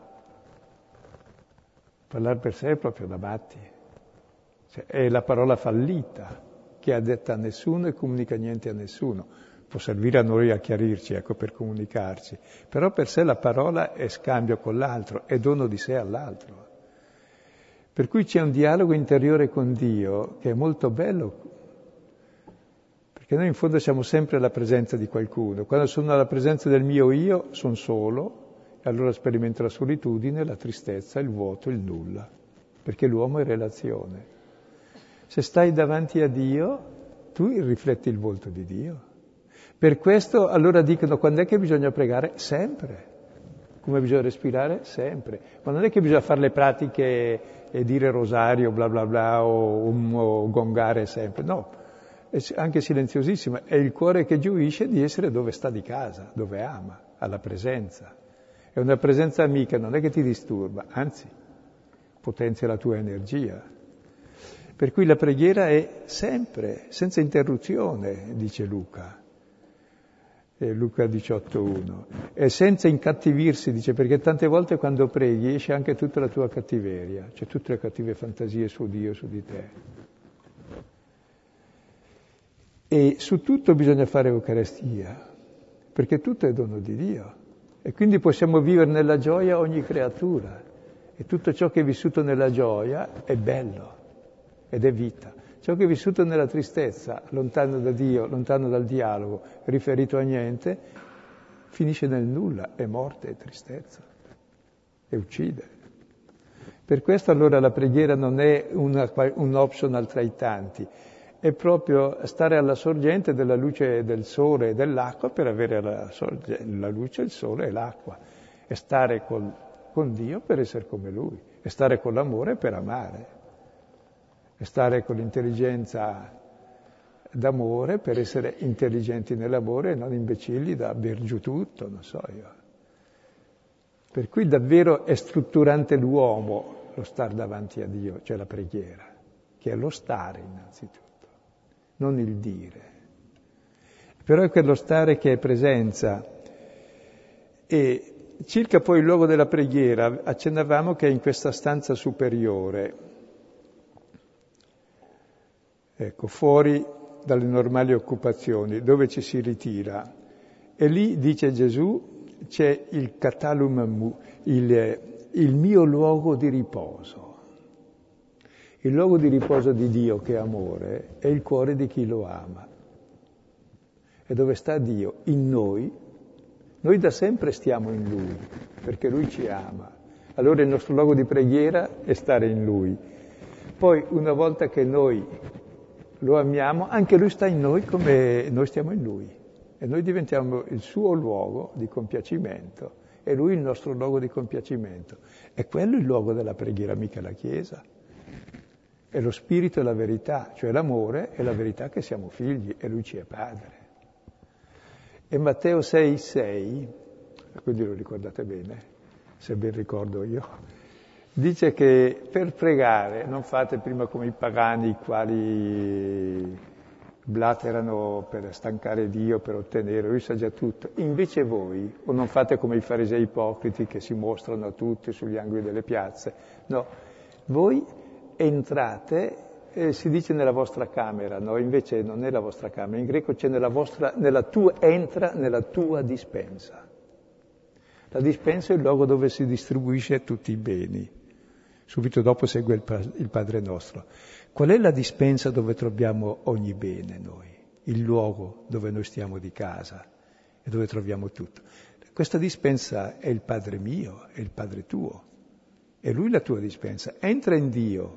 Parlare per sé è proprio da matti. Cioè, è la parola fallita, che ha detta a nessuno e comunica niente a nessuno. Può servire a noi a chiarirci, ecco, per comunicarci. Però per sé la parola è scambio con l'altro, è dono di sé all'altro. Per cui c'è un dialogo interiore con Dio che è molto bello, perché noi in fondo siamo sempre alla presenza di qualcuno. Quando sono alla presenza del mio io, sono solo, e allora sperimento la solitudine, la tristezza, il vuoto, il nulla, perché l'uomo è relazione. Se stai davanti a Dio, tu rifletti il volto di Dio. Per questo allora dicono, quando è che bisogna pregare? Sempre. Come bisogna respirare? Sempre. Ma non è che bisogna fare le pratiche e dire rosario, bla bla bla, o gongare sempre. No, è anche silenziosissima. È il cuore che gioisce di essere dove sta di casa, dove ama, alla presenza. È una presenza amica, non è che ti disturba, anzi, potenzia la tua energia. Per cui la preghiera è sempre, senza interruzione, dice Luca. Luca 18:1, e senza incattivirsi, dice, perché tante volte quando preghi esce anche tutta la tua cattiveria, cioè tutte le cattive fantasie su Dio, su di te. E su tutto bisogna fare Eucaristia, perché tutto è dono di Dio, e quindi possiamo vivere nella gioia ogni creatura, e tutto ciò che è vissuto nella gioia è bello, ed è vita. Ciò che è vissuto nella tristezza, lontano da Dio, lontano dal dialogo, riferito a niente, finisce nel nulla, è morte, è tristezza, e uccide. Per questo allora la preghiera non è un optional tra i tanti, è proprio stare alla sorgente della luce del sole e dell'acqua per avere la luce, il sole e l'acqua, e stare con Dio per essere come Lui, e stare con l'amore per amare, e stare con l'intelligenza d'amore per essere intelligenti nell'amore e non imbecilli da aver giù tutto, non so io. Per cui davvero è strutturante l'uomo lo star davanti a Dio, cioè la preghiera, che è lo stare innanzitutto, non il dire. Però è quello stare che è presenza. E circa poi il luogo della preghiera, accennavamo che è in questa stanza superiore, ecco, fuori dalle normali occupazioni, dove ci si ritira. E lì, dice Gesù, c'è il catalum, il mio luogo di riposo. Il luogo di riposo di Dio, che è amore, è il cuore di chi lo ama. E dove sta Dio? In noi. Noi da sempre stiamo in Lui, perché Lui ci ama. Allora il nostro luogo di preghiera è stare in Lui. Poi, una volta che noi lo amiamo, anche Lui sta in noi come noi stiamo in Lui. E noi diventiamo il suo luogo di compiacimento e Lui il nostro luogo di compiacimento. È quello il luogo della preghiera, mica la Chiesa. È lo spirito e la verità, cioè l'amore e la verità che siamo figli e Lui ci è padre. E Matteo 6,6, quindi lo ricordate bene, se ben ricordo io, dice che per pregare non fate prima come i pagani, i quali blaterano per stancare Dio, per ottenere, Lui sa già tutto. Invece voi, o non fate come i farisei ipocriti che si mostrano a tutti sugli angoli delle piazze, no, voi entrate, si dice nella vostra camera, no, invece non è la vostra camera, in greco c'è entra nella tua dispensa. La dispensa è il luogo dove si distribuisce tutti i beni. Subito dopo segue il Padre nostro. Qual è la dispensa dove troviamo ogni bene noi? Il luogo dove noi stiamo di casa e dove troviamo tutto. Questa dispensa è il Padre mio, è il Padre tuo. È Lui la tua dispensa. Entra in Dio.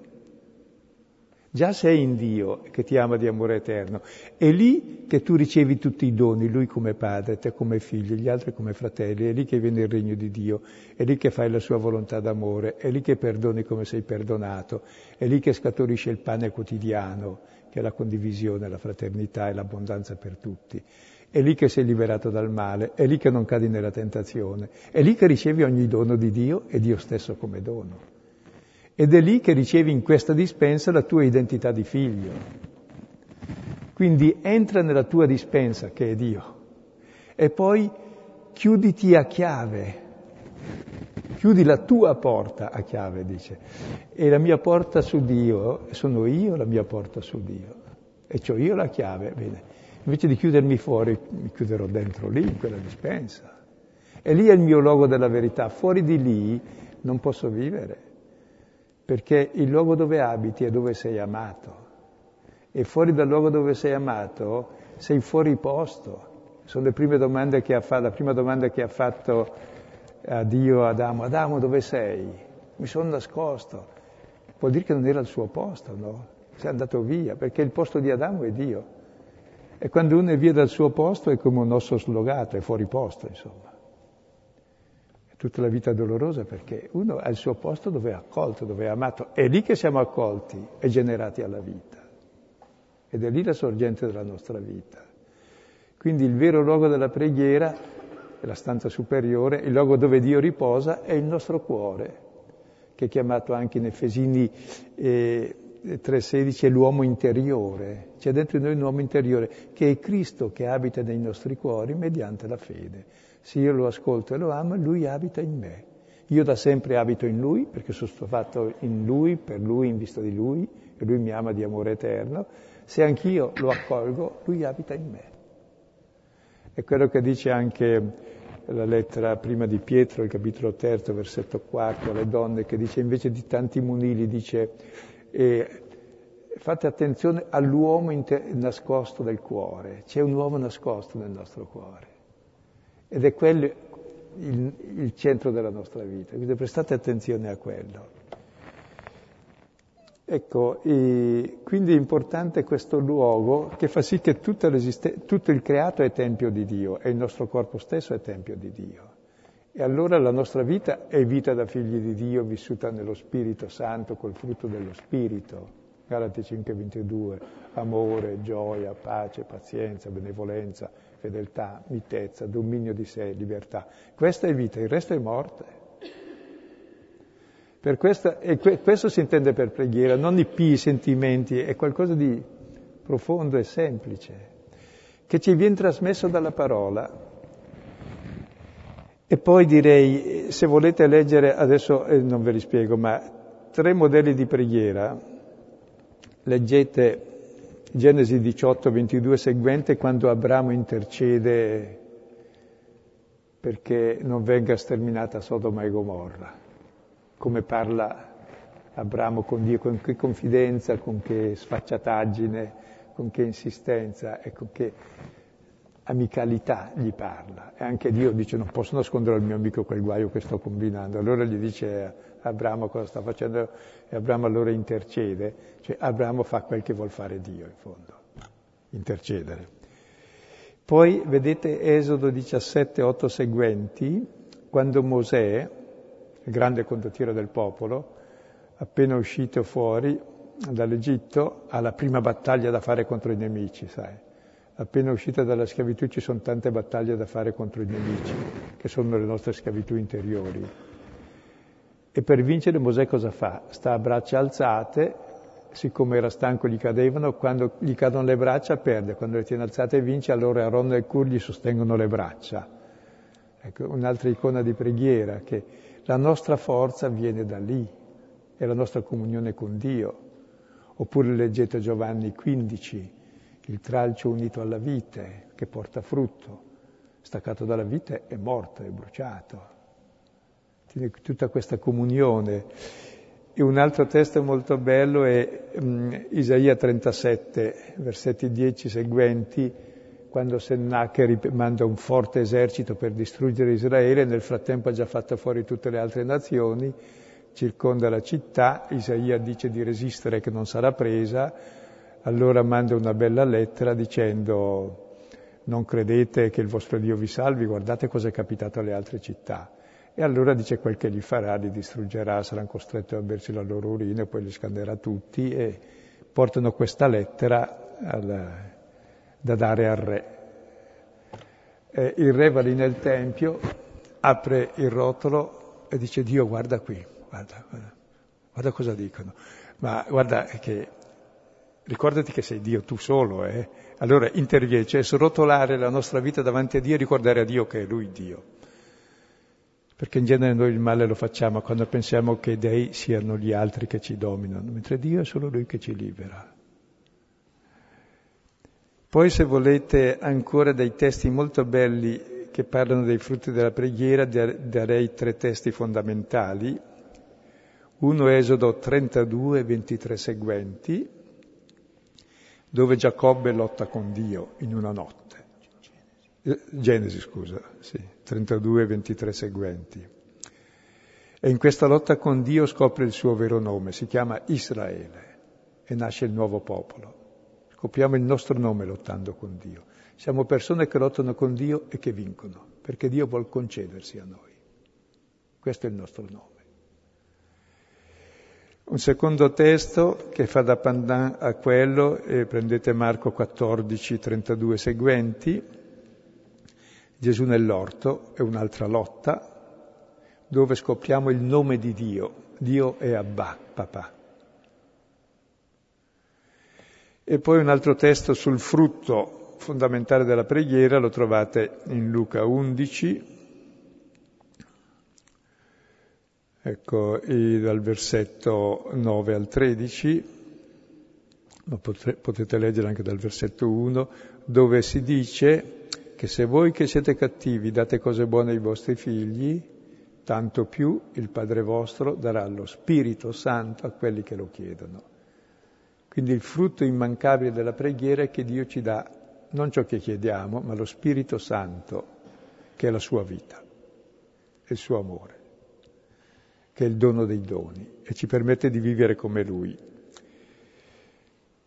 Già sei in Dio che ti ama di amore eterno. È lì che tu ricevi tutti i doni, Lui come padre, te come figlio, gli altri come fratelli. È lì che viene il regno di Dio. È lì che fai la sua volontà d'amore. È lì che perdoni come sei perdonato. È lì che scaturisce il pane quotidiano, che è la condivisione, la fraternità e l'abbondanza per tutti. È lì che sei liberato dal male. È lì che non cadi nella tentazione. È lì che ricevi ogni dono di Dio e Dio stesso come dono. Ed è lì che ricevi in questa dispensa la tua identità di figlio. Quindi entra nella tua dispensa, che è Dio, e poi chiuditi a chiave, chiudi la tua porta a chiave, dice. E la mia porta su Dio, sono io la mia porta su Dio, e c'ho io la chiave, bene. Invece di chiudermi fuori, mi chiuderò dentro lì, in quella dispensa. E lì è il mio luogo della verità, fuori di lì non posso vivere. Perché il luogo dove abiti è dove sei amato. E fuori dal luogo dove sei amato sei fuori posto. Sono le prime domande che la prima domanda che ha fatto a Dio Adamo. Adamo, dove sei? Mi sono nascosto. Vuol dire che non era il suo posto, no? Sei andato via, perché il posto di Adamo è Dio. E quando uno è via dal suo posto è come un osso slogato, è fuori posto, insomma. Tutta la vita dolorosa perché uno ha il suo posto dove è accolto, dove è amato. È lì che siamo accolti e generati alla vita. Ed è lì la sorgente della nostra vita. Quindi il vero luogo della preghiera è la stanza superiore, il luogo dove Dio riposa è il nostro cuore, che è chiamato anche in Efesini 3,16 è l'uomo interiore. C'è dentro di noi un uomo interiore, che è Cristo che abita nei nostri cuori mediante la fede. Se io lo ascolto e lo amo, Lui abita in me. Io da sempre abito in Lui, perché sono stato fatto in Lui, per Lui, in vista di Lui, e Lui mi ama di amore eterno. Se anch'io lo accolgo, Lui abita in me. È quello che dice anche la lettera prima di Pietro, il capitolo 3, versetto 4, alle donne, che dice invece di tanti munili, dice fate attenzione all'uomo nascosto del cuore. C'è un uomo nascosto nel nostro cuore. Ed è quello il centro della nostra vita, quindi prestate attenzione a quello. Ecco, quindi è importante questo luogo che fa sì che tutto il creato è tempio di Dio e il nostro corpo stesso è tempio di Dio. E allora la nostra vita è vita da figli di Dio vissuta nello Spirito Santo col frutto dello Spirito. Galati 5:22, amore, gioia, pace, pazienza, benevolenza, fedeltà, mitezza, dominio di sé, libertà. Questa è vita, il resto è morte. Per questo, questo si intende per preghiera, non i sentimenti, è qualcosa di profondo e semplice, che ci viene trasmesso dalla parola. E poi direi, se volete leggere, adesso non ve li spiego, ma 3 modelli di preghiera, leggete Genesi 18, 22 seguente, quando Abramo intercede perché non venga sterminata Sodoma e Gomorra. Come parla Abramo con Dio, con che confidenza, con che sfacciataggine, con che insistenza e con che amicalità gli parla. E anche Dio dice: non posso nascondere al mio amico quel guaio che sto combinando. Allora gli dice a Abramo cosa sta facendo e Abramo allora intercede. Cioè Abramo fa quel che vuol fare Dio in fondo, intercedere. Poi vedete Esodo 17, 8 seguenti, quando Mosè, il grande condottiero del popolo, appena uscito fuori dall'Egitto, ha la prima battaglia da fare contro i nemici, sai. Appena uscita dalla schiavitù ci sono tante battaglie da fare contro i nemici, che sono le nostre schiavitù interiori. E per vincere Mosè cosa fa? Sta a braccia alzate, siccome era stanco gli cadevano, quando gli cadono le braccia perde, quando le tiene alzate vince, allora Aaron e Hur gli sostengono le braccia. Ecco, un'altra icona di preghiera, che la nostra forza viene da lì, è la nostra comunione con Dio. Oppure leggete Giovanni 15, il tralcio unito alla vite, che porta frutto, staccato dalla vite è morto, è bruciato. Tiene tutta questa comunione. E un altro testo molto bello è Isaia 37, versetti 10 seguenti, quando Sennacherib manda un forte esercito per distruggere Israele, nel frattempo ha già fatto fuori tutte le altre nazioni, circonda la città, Isaia dice di resistere che non sarà presa, allora manda una bella lettera dicendo: non credete che il vostro Dio vi salvi, guardate cosa è capitato alle altre città. E allora dice quel che gli farà, li distruggerà, saranno costretti a bersi la loro urina e poi li scannerà tutti, e portano questa lettera da dare al re. Il re va lì nel tempio, apre il rotolo e dice: Dio, guarda qui, guarda cosa dicono. Ma guarda che, ricordati che sei Dio tu solo, Allora interviene, cioè srotolare la nostra vita davanti a Dio e ricordare a Dio che è Lui Dio. Perché in genere noi il male lo facciamo quando pensiamo che i dei siano gli altri che ci dominano, mentre Dio è solo Lui che ci libera. Poi, se volete ancora dei testi molto belli che parlano dei frutti della preghiera, darei 3 testi fondamentali. Uno è Esodo 32, 23 seguenti, dove Giacobbe lotta con Dio in una notte. Genesi, scusa, sì, 32, 23 seguenti. E in questa lotta con Dio scopre il suo vero nome, si chiama Israele, e nasce il nuovo popolo. Scopriamo il nostro nome lottando con Dio. Siamo persone che lottano con Dio e che vincono, perché Dio vuol concedersi a noi. Questo è il nostro nome. Un secondo testo che fa da pendant a quello, prendete Marco 14, 32 seguenti, Gesù nell'orto, è un'altra lotta, dove scopriamo il nome di Dio. Dio è Abba, papà. E poi un altro testo sul frutto fondamentale della preghiera, lo trovate in Luca 11, ecco, dal versetto 9 al 13, ma potete leggere anche dal versetto 1, dove si dice che se voi che siete cattivi date cose buone ai vostri figli, tanto più il Padre vostro darà lo Spirito Santo a quelli che lo chiedono. Quindi il frutto immancabile della preghiera è che Dio ci dà non ciò che chiediamo, ma lo Spirito Santo, che è la sua vita, è il suo amore, che è il dono dei doni, e ci permette di vivere come Lui.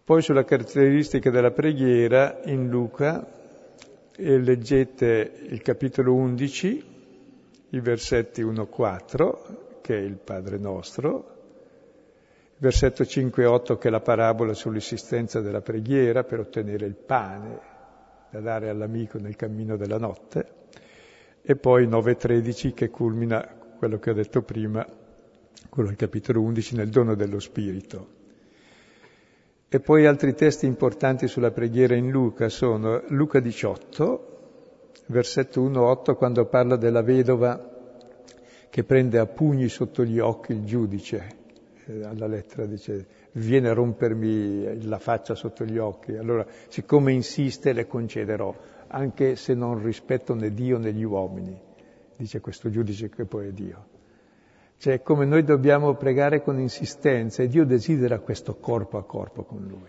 Poi sulla caratteristica della preghiera in Luca leggete il capitolo 11, i versetti 1-4, che è il Padre Nostro, versetto 5-8 che è la parabola sull'insistenza della preghiera per ottenere il pane da dare all'amico nel cammino della notte, e poi 9-13 che culmina quello che ho detto prima, quello del capitolo 11, nel dono dello Spirito. E poi altri testi importanti sulla preghiera in Luca sono Luca 18, versetto 1-8, quando parla della vedova che prende a pugni sotto gli occhi il giudice. Alla lettera dice: viene a rompermi la faccia sotto gli occhi. Allora, siccome insiste, le concederò, anche se non rispetto né Dio né gli uomini, dice questo giudice che poi è Dio. Cioè, come noi dobbiamo pregare con insistenza, e Dio desidera questo corpo a corpo con Lui.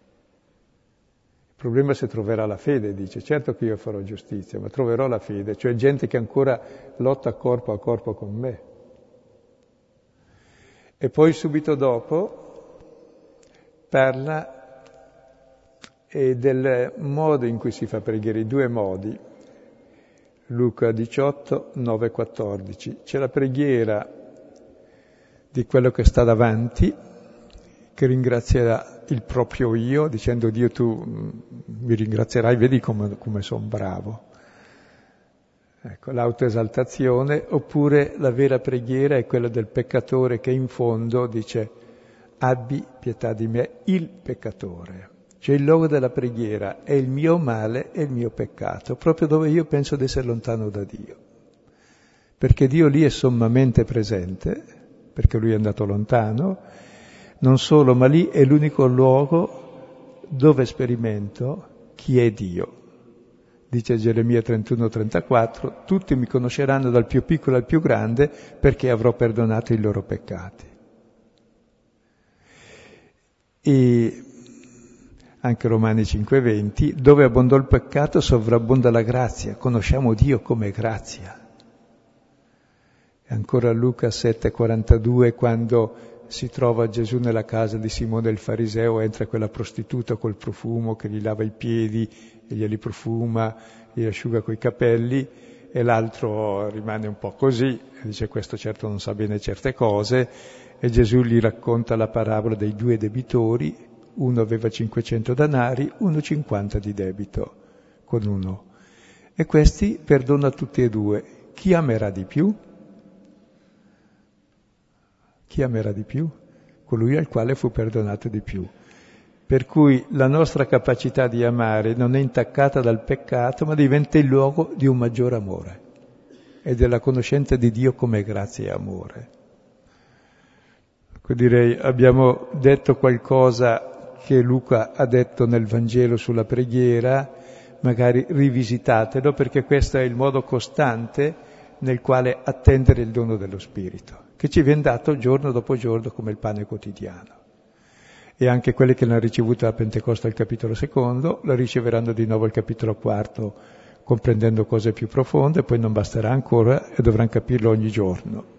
Il problema è se troverà la fede, dice. Certo che io farò giustizia, ma troverò la fede, cioè gente che ancora lotta corpo a corpo con me. E poi subito dopo parla del modo in cui si fa preghiera, i due modi. Luca 18, 9-14. C'è la preghiera di quello che sta davanti, che ringrazierà il proprio io, dicendo: Dio, tu mi ringrazierai, vedi come sono bravo. Ecco, l'autoesaltazione. Oppure la vera preghiera è quella del peccatore che in fondo dice: abbi pietà di me, il peccatore. Cioè il luogo della preghiera è il mio male e il mio peccato, proprio dove io penso di essere lontano da Dio. Perché Dio lì è sommamente presente, perché Lui è andato lontano, non solo, ma lì è l'unico luogo dove sperimento chi è Dio. Dice Geremia 31-34, tutti mi conosceranno dal più piccolo al più grande perché avrò perdonato i loro peccati. E anche Romani 5:20, dove abbondò il peccato sovrabbonda la grazia, conosciamo Dio come grazia. E ancora Luca 7:42, quando si trova Gesù nella casa di Simone il fariseo, entra quella prostituta col profumo che gli lava i piedi e glieli profuma, gli asciuga coi capelli, e l'altro rimane un po' così, e dice: questo certo non sa bene certe cose, e Gesù gli racconta la parabola dei due debitori, uno aveva 500 denari, uno 50 di debito con uno, e questi perdona tutti e due. Chi amerà di più? Chi amerà di più? Colui al quale fu perdonato di più. Per cui la nostra capacità di amare non è intaccata dal peccato, ma diventa il luogo di un maggiore amore e della conoscenza di Dio come grazia e amore. Direi, abbiamo detto qualcosa che Luca ha detto nel Vangelo sulla preghiera, magari rivisitatelo, perché questo è il modo costante nel quale attendere il dono dello Spirito, che ci viene dato giorno dopo giorno come il pane quotidiano. E anche quelli che l'hanno ricevuto a Pentecoste al capitolo 2 lo riceveranno di nuovo al capitolo 4, comprendendo cose più profonde, poi non basterà ancora e dovranno capirlo ogni giorno.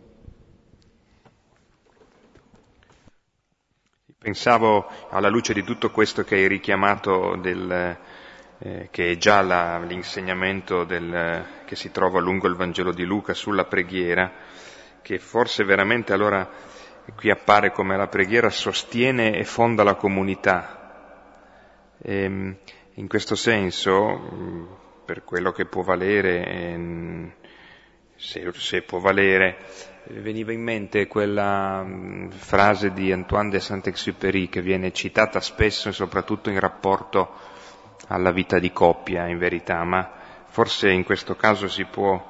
Pensavo, alla luce di tutto questo che hai richiamato, che è già l'insegnamento che si trova lungo il Vangelo di Luca sulla preghiera, che forse veramente allora qui appare come la preghiera sostiene e fonda la comunità. In questo senso, per quello che può valere, se può valere, veniva in mente quella frase di Antoine de Saint-Exupéry che viene citata spesso e soprattutto in rapporto alla vita di coppia, in verità, ma forse in questo caso si può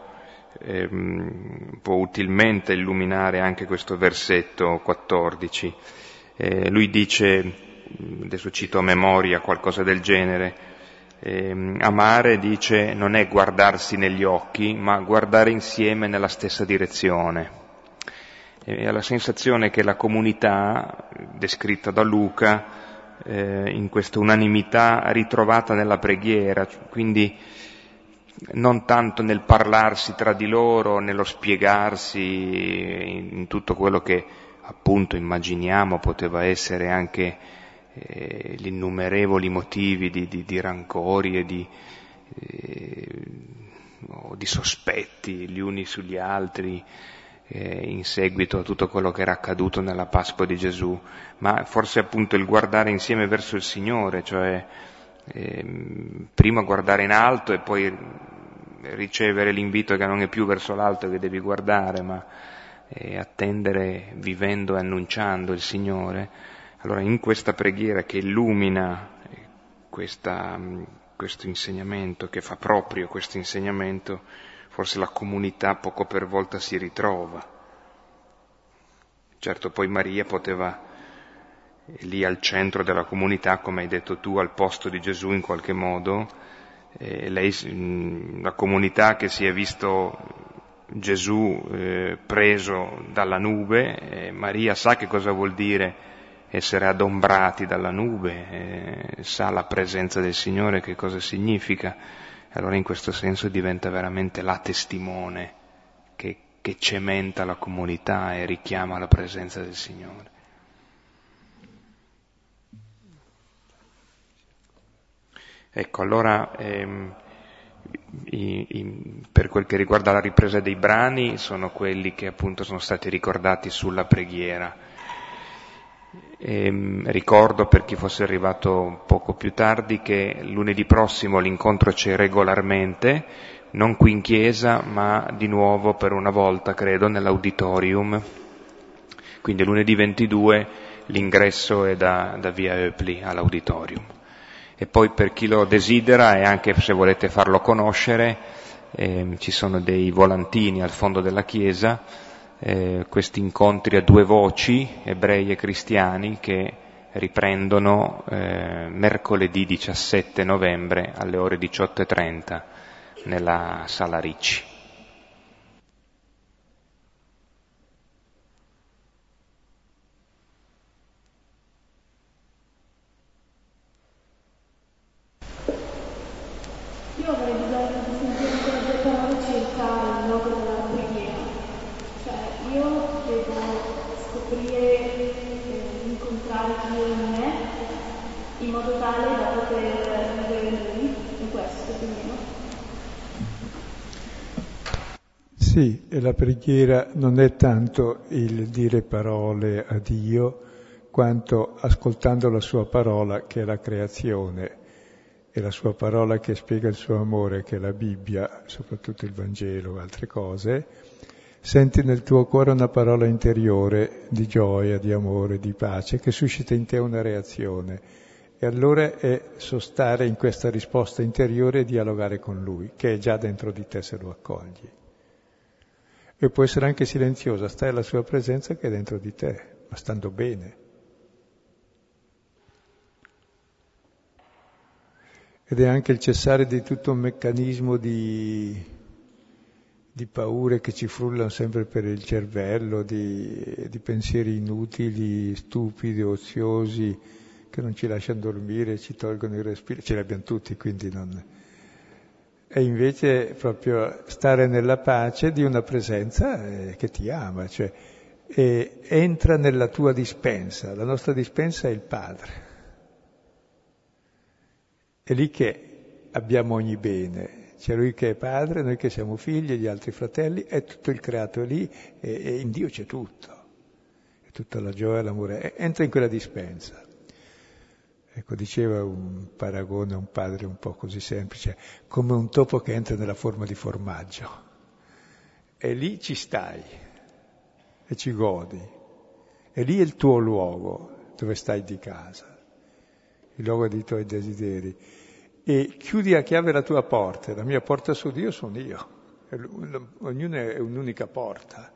utilmente illuminare anche questo versetto 14. Lui dice, adesso cito a memoria qualcosa del genere, amare, dice, non è guardarsi negli occhi, ma guardare insieme nella stessa direzione. E ha la sensazione che la comunità, descritta da Luca, in questa unanimità ritrovata nella preghiera, quindi non tanto nel parlarsi tra di loro, nello spiegarsi in tutto quello che appunto immaginiamo poteva essere anche gli innumerevoli motivi di rancori e di sospetti gli uni sugli altri in seguito a tutto quello che era accaduto nella Pasqua di Gesù, ma forse appunto il guardare insieme verso il Signore, cioè prima guardare in alto e poi ricevere l'invito che non è più verso l'alto che devi guardare, ma attendere vivendo e annunciando il Signore. Allora in questa preghiera che illumina questo insegnamento, che fa proprio questo insegnamento, forse la comunità poco per volta si ritrova. Certo, poi Maria poteva, lì al centro della comunità, come hai detto tu, al posto di Gesù in qualche modo, lei, la comunità che si è visto Gesù preso dalla nube, Maria sa che cosa vuol dire essere adombrati dalla nube, sa la presenza del Signore che cosa significa. Allora in questo senso diventa veramente la testimone che cementa la comunità e richiama la presenza del Signore. Ecco, allora per quel che riguarda la ripresa dei brani, sono quelli che appunto sono stati ricordati sulla preghiera. Ricordo, per chi fosse arrivato poco più tardi, che lunedì prossimo l'incontro c'è regolarmente, non qui in chiesa, ma di nuovo per una volta, credo, nell'auditorium. Quindi lunedì 22 l'ingresso è da via Eupli all'auditorium. E poi per chi lo desidera, e anche se volete farlo conoscere, ci sono dei volantini al fondo della chiesa, questi incontri a due voci, ebrei e cristiani, che riprendono mercoledì 17 novembre alle ore 18:30 nella Sala Ricci. Io avrei bisogno di sentire ancora due parole circa il logo della preghiera. Cioè, io devo scoprire, incontrare Dio in me, in modo tale da poter vivere Lui, in questo più o meno. Sì, e la preghiera non è tanto il dire parole a Dio, quanto ascoltando la sua parola, che è la creazione, e la sua parola che spiega il suo amore, che è la Bibbia, soprattutto il Vangelo e altre cose, senti nel tuo cuore una parola interiore di gioia, di amore, di pace, che suscita in te una reazione. E allora è sostare in questa risposta interiore e dialogare con Lui, che è già dentro di te se lo accogli. E può essere anche silenziosa, stai alla sua presenza che è dentro di te, ma stando bene. Ed è anche il cessare di tutto un meccanismo di paure che ci frullano sempre per il cervello, di pensieri inutili, stupidi, oziosi, che non ci lasciano dormire, ci tolgono il respiro, ce li abbiamo tutti, quindi non... E invece proprio stare nella pace di una presenza che ti ama, cioè entra nella tua dispensa, la nostra dispensa è il Padre. È lì che abbiamo ogni bene, c'è Lui che è Padre, noi che siamo figli, gli altri fratelli, è tutto il creato lì e in Dio c'è tutto, è tutta la gioia, l'amore, entra in quella dispensa. Ecco, diceva un paragone, un padre un po' così semplice, come un topo che entra nella forma di formaggio. E lì ci stai e ci godi. E lì è il tuo luogo, dove stai di casa, il luogo dei tuoi desideri. E chiudi a chiave la tua porta, la mia porta su Dio sono io. Ognuno è un'unica porta.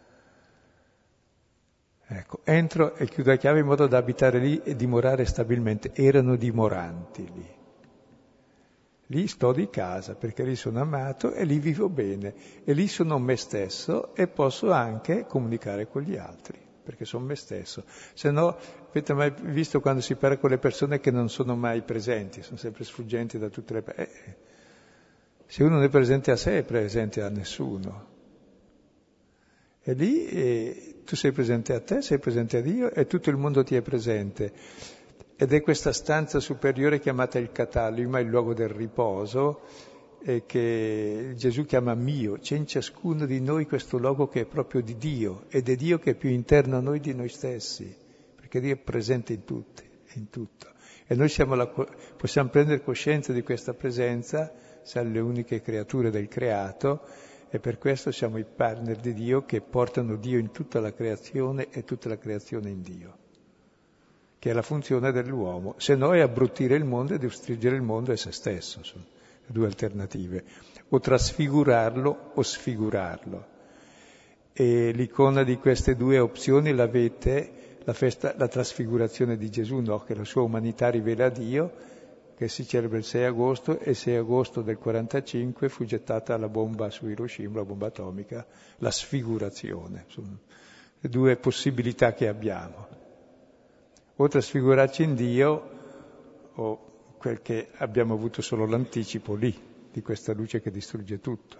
Ecco, entro e chiudo a chiave in modo da abitare lì e dimorare stabilmente. Erano dimoranti lì. Lì sto di casa perché lì sono amato e lì vivo bene. E lì sono me stesso e posso anche comunicare con gli altri, perché sono me stesso. Se no, avete mai visto quando si parla con le persone che non sono mai presenti, sono sempre sfuggenti da tutte le... Se uno non è presente a sé, è presente a nessuno. E lì tu sei presente a te, sei presente a Dio e tutto il mondo ti è presente. Ed è questa stanza superiore chiamata il catalima, il luogo del riposo, e che Gesù chiama mio. C'è in ciascuno di noi questo luogo che è proprio di Dio, ed è Dio che è più interno a noi di noi stessi, perché Dio è presente in tutti, in tutto. E noi possiamo prendere coscienza di questa presenza, siamo le uniche creature del creato, e per questo siamo i partner di Dio che portano Dio in tutta la creazione e tutta la creazione in Dio, che è la funzione dell'uomo. Se no è abbruttire il mondo e distruggere il mondo e se stesso. Sono le due alternative. O trasfigurarlo o sfigurarlo. E l'icona di queste due opzioni l'avete, la trasfigurazione di Gesù, no? Che la sua umanità rivela a Dio, che si celebra il 6 agosto, e il 6 agosto del 45 fu gettata la bomba su Hiroshima, la bomba atomica, la sfigurazione. Sono le due possibilità che abbiamo. O trasfigurarci in Dio, o quel che abbiamo avuto solo l'anticipo lì, di questa luce che distrugge tutto.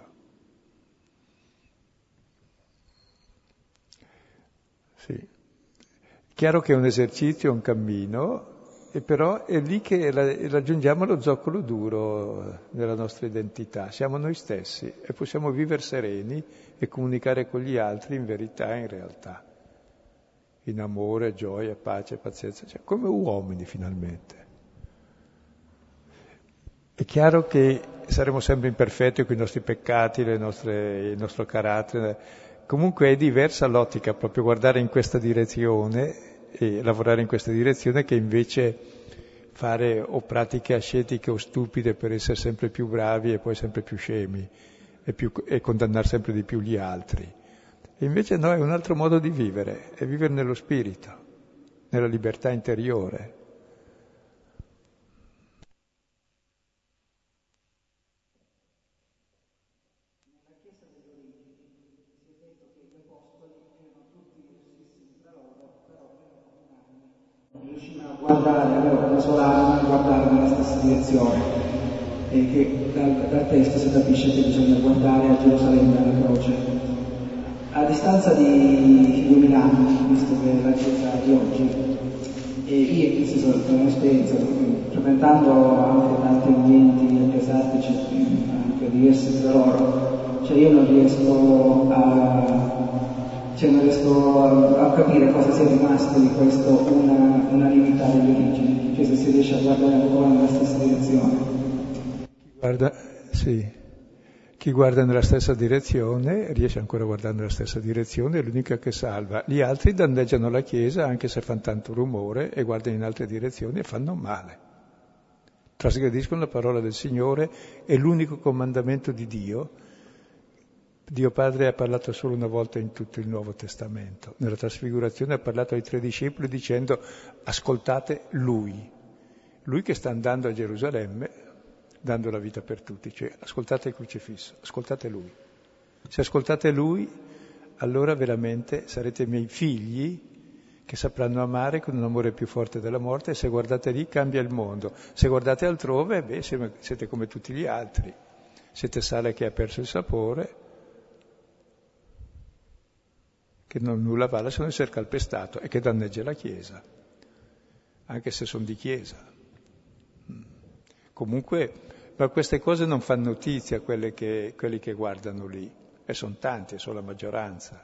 Sì. Chiaro che è un esercizio, un cammino, e però è lì che raggiungiamo lo zoccolo duro della nostra identità. Siamo noi stessi e possiamo vivere sereni e comunicare con gli altri in verità e in realtà, in amore, gioia, pace, pazienza, cioè come uomini finalmente. È chiaro che saremo sempre imperfetti con i nostri peccati, il nostro carattere. Comunque è diversa l'ottica, proprio guardare in questa direzione e lavorare in questa direzione, che invece fare o pratiche ascetiche o stupide per essere sempre più bravi e poi sempre più scemi e condannare sempre di più gli altri. E invece no, è un altro modo di vivere, è vivere nello spirito, nella libertà interiore. Riusciva a guardare, aveva la sua anima a guardare nella stessa direzione, e che dal testo si capisce che bisogna guardare a Gerusalemme, alla croce. A distanza di 2000 anni, visto che è la Chiesa di oggi, e io, nel senso, per un'esperienza, frequentando anche tanti ambienti ecclesiastici, anche diversi tra loro, cioè io non riesco a capire cosa sia rimasto di questo unanimità delle origini, cioè se si riesce a guardare ancora nella stessa direzione. Chi guarda nella stessa direzione riesce ancora a guardare nella stessa direzione, è l'unica che salva. Gli altri danneggiano la Chiesa anche se fanno tanto rumore e guardano in altre direzioni e fanno male. Trasgrediscono la parola del Signore, è l'unico comandamento di Dio. Dio Padre ha parlato solo una volta in tutto il Nuovo Testamento. Nella trasfigurazione ha parlato ai 3 discepoli dicendo: ascoltate Lui che sta andando a Gerusalemme, dando la vita per tutti, cioè ascoltate il crocifisso, ascoltate Lui. Se ascoltate Lui, allora veramente sarete miei figli che sapranno amare con un amore più forte della morte, e se guardate lì cambia il mondo. Se guardate altrove, siete come tutti gli altri, siete sale che ha perso il sapore, che nulla vale se non essere calpestato e che danneggia la Chiesa, anche se sono di Chiesa. Comunque, ma queste cose non fanno notizia quelli che guardano lì, e sono tanti, sono la maggioranza.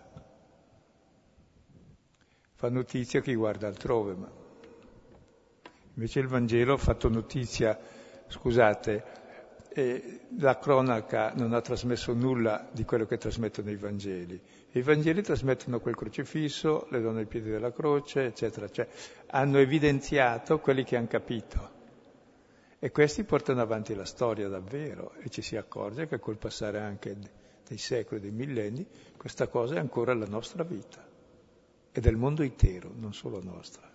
Fa notizia chi guarda altrove, ma invece il Vangelo ha fatto notizia, scusate, la cronaca non ha trasmesso nulla di quello che trasmettono i Vangeli. I Vangeli trasmettono quel crocifisso, le donne ai piedi della croce, eccetera. Cioè, hanno evidenziato quelli che hanno capito. E questi portano avanti la storia davvero, e ci si accorge che col passare anche dei secoli, dei millenni, questa cosa è ancora la nostra vita. E del mondo intero, non solo nostra.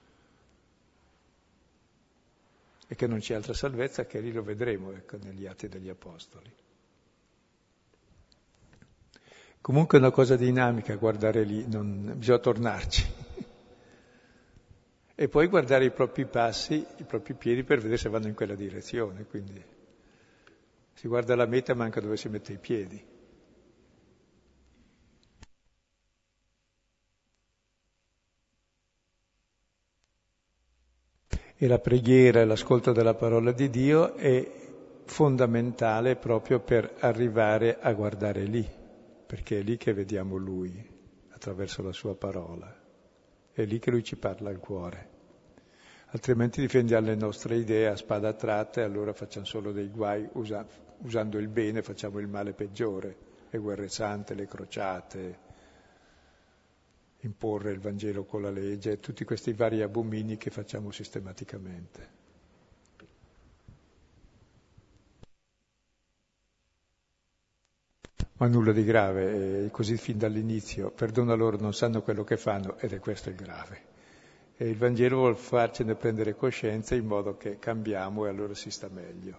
E che non c'è altra salvezza, che lì lo vedremo, ecco, negli Atti degli Apostoli. Comunque è una cosa dinamica guardare lì, bisogna tornarci. E poi guardare i propri passi, i propri piedi, per vedere se vanno in quella direzione. Quindi si guarda la meta, manca dove si mette i piedi. E la preghiera e l'ascolto della parola di Dio è fondamentale proprio per arrivare a guardare lì, perché è lì che vediamo Lui, attraverso la sua parola. È lì che Lui ci parla al cuore. Altrimenti difendiamo le nostre idee a spada tratta e allora facciamo solo dei guai usando il bene, facciamo il male peggiore, le guerre sante, le crociate, imporre il Vangelo con la legge, tutti questi vari abomini che facciamo sistematicamente. Ma nulla di grave, è così fin dall'inizio. Perdona loro, non sanno quello che fanno ed è questo il grave. E il Vangelo vuol farcene prendere coscienza in modo che cambiamo e allora si sta meglio.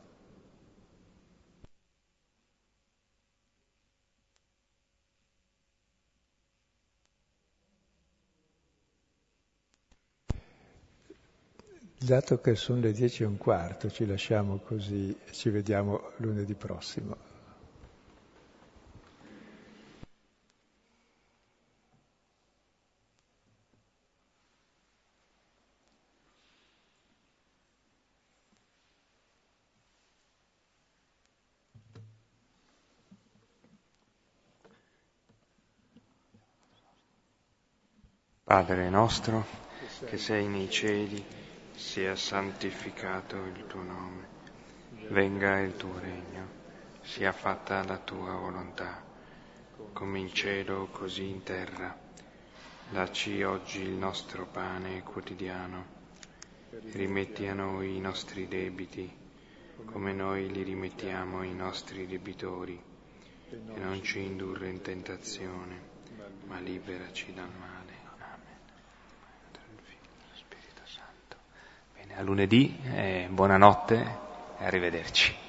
Dato che sono le 10:15, ci lasciamo così e ci vediamo lunedì prossimo. Padre nostro, che sei nei cieli, sia santificato il tuo nome, venga il tuo regno, sia fatta la tua volontà, come in cielo così in terra. Dacci oggi il nostro pane quotidiano, rimetti a noi i nostri debiti, come noi li rimettiamo ai nostri debitori, e non ci indurre in tentazione, ma liberaci dal male. A lunedì, buonanotte e arrivederci.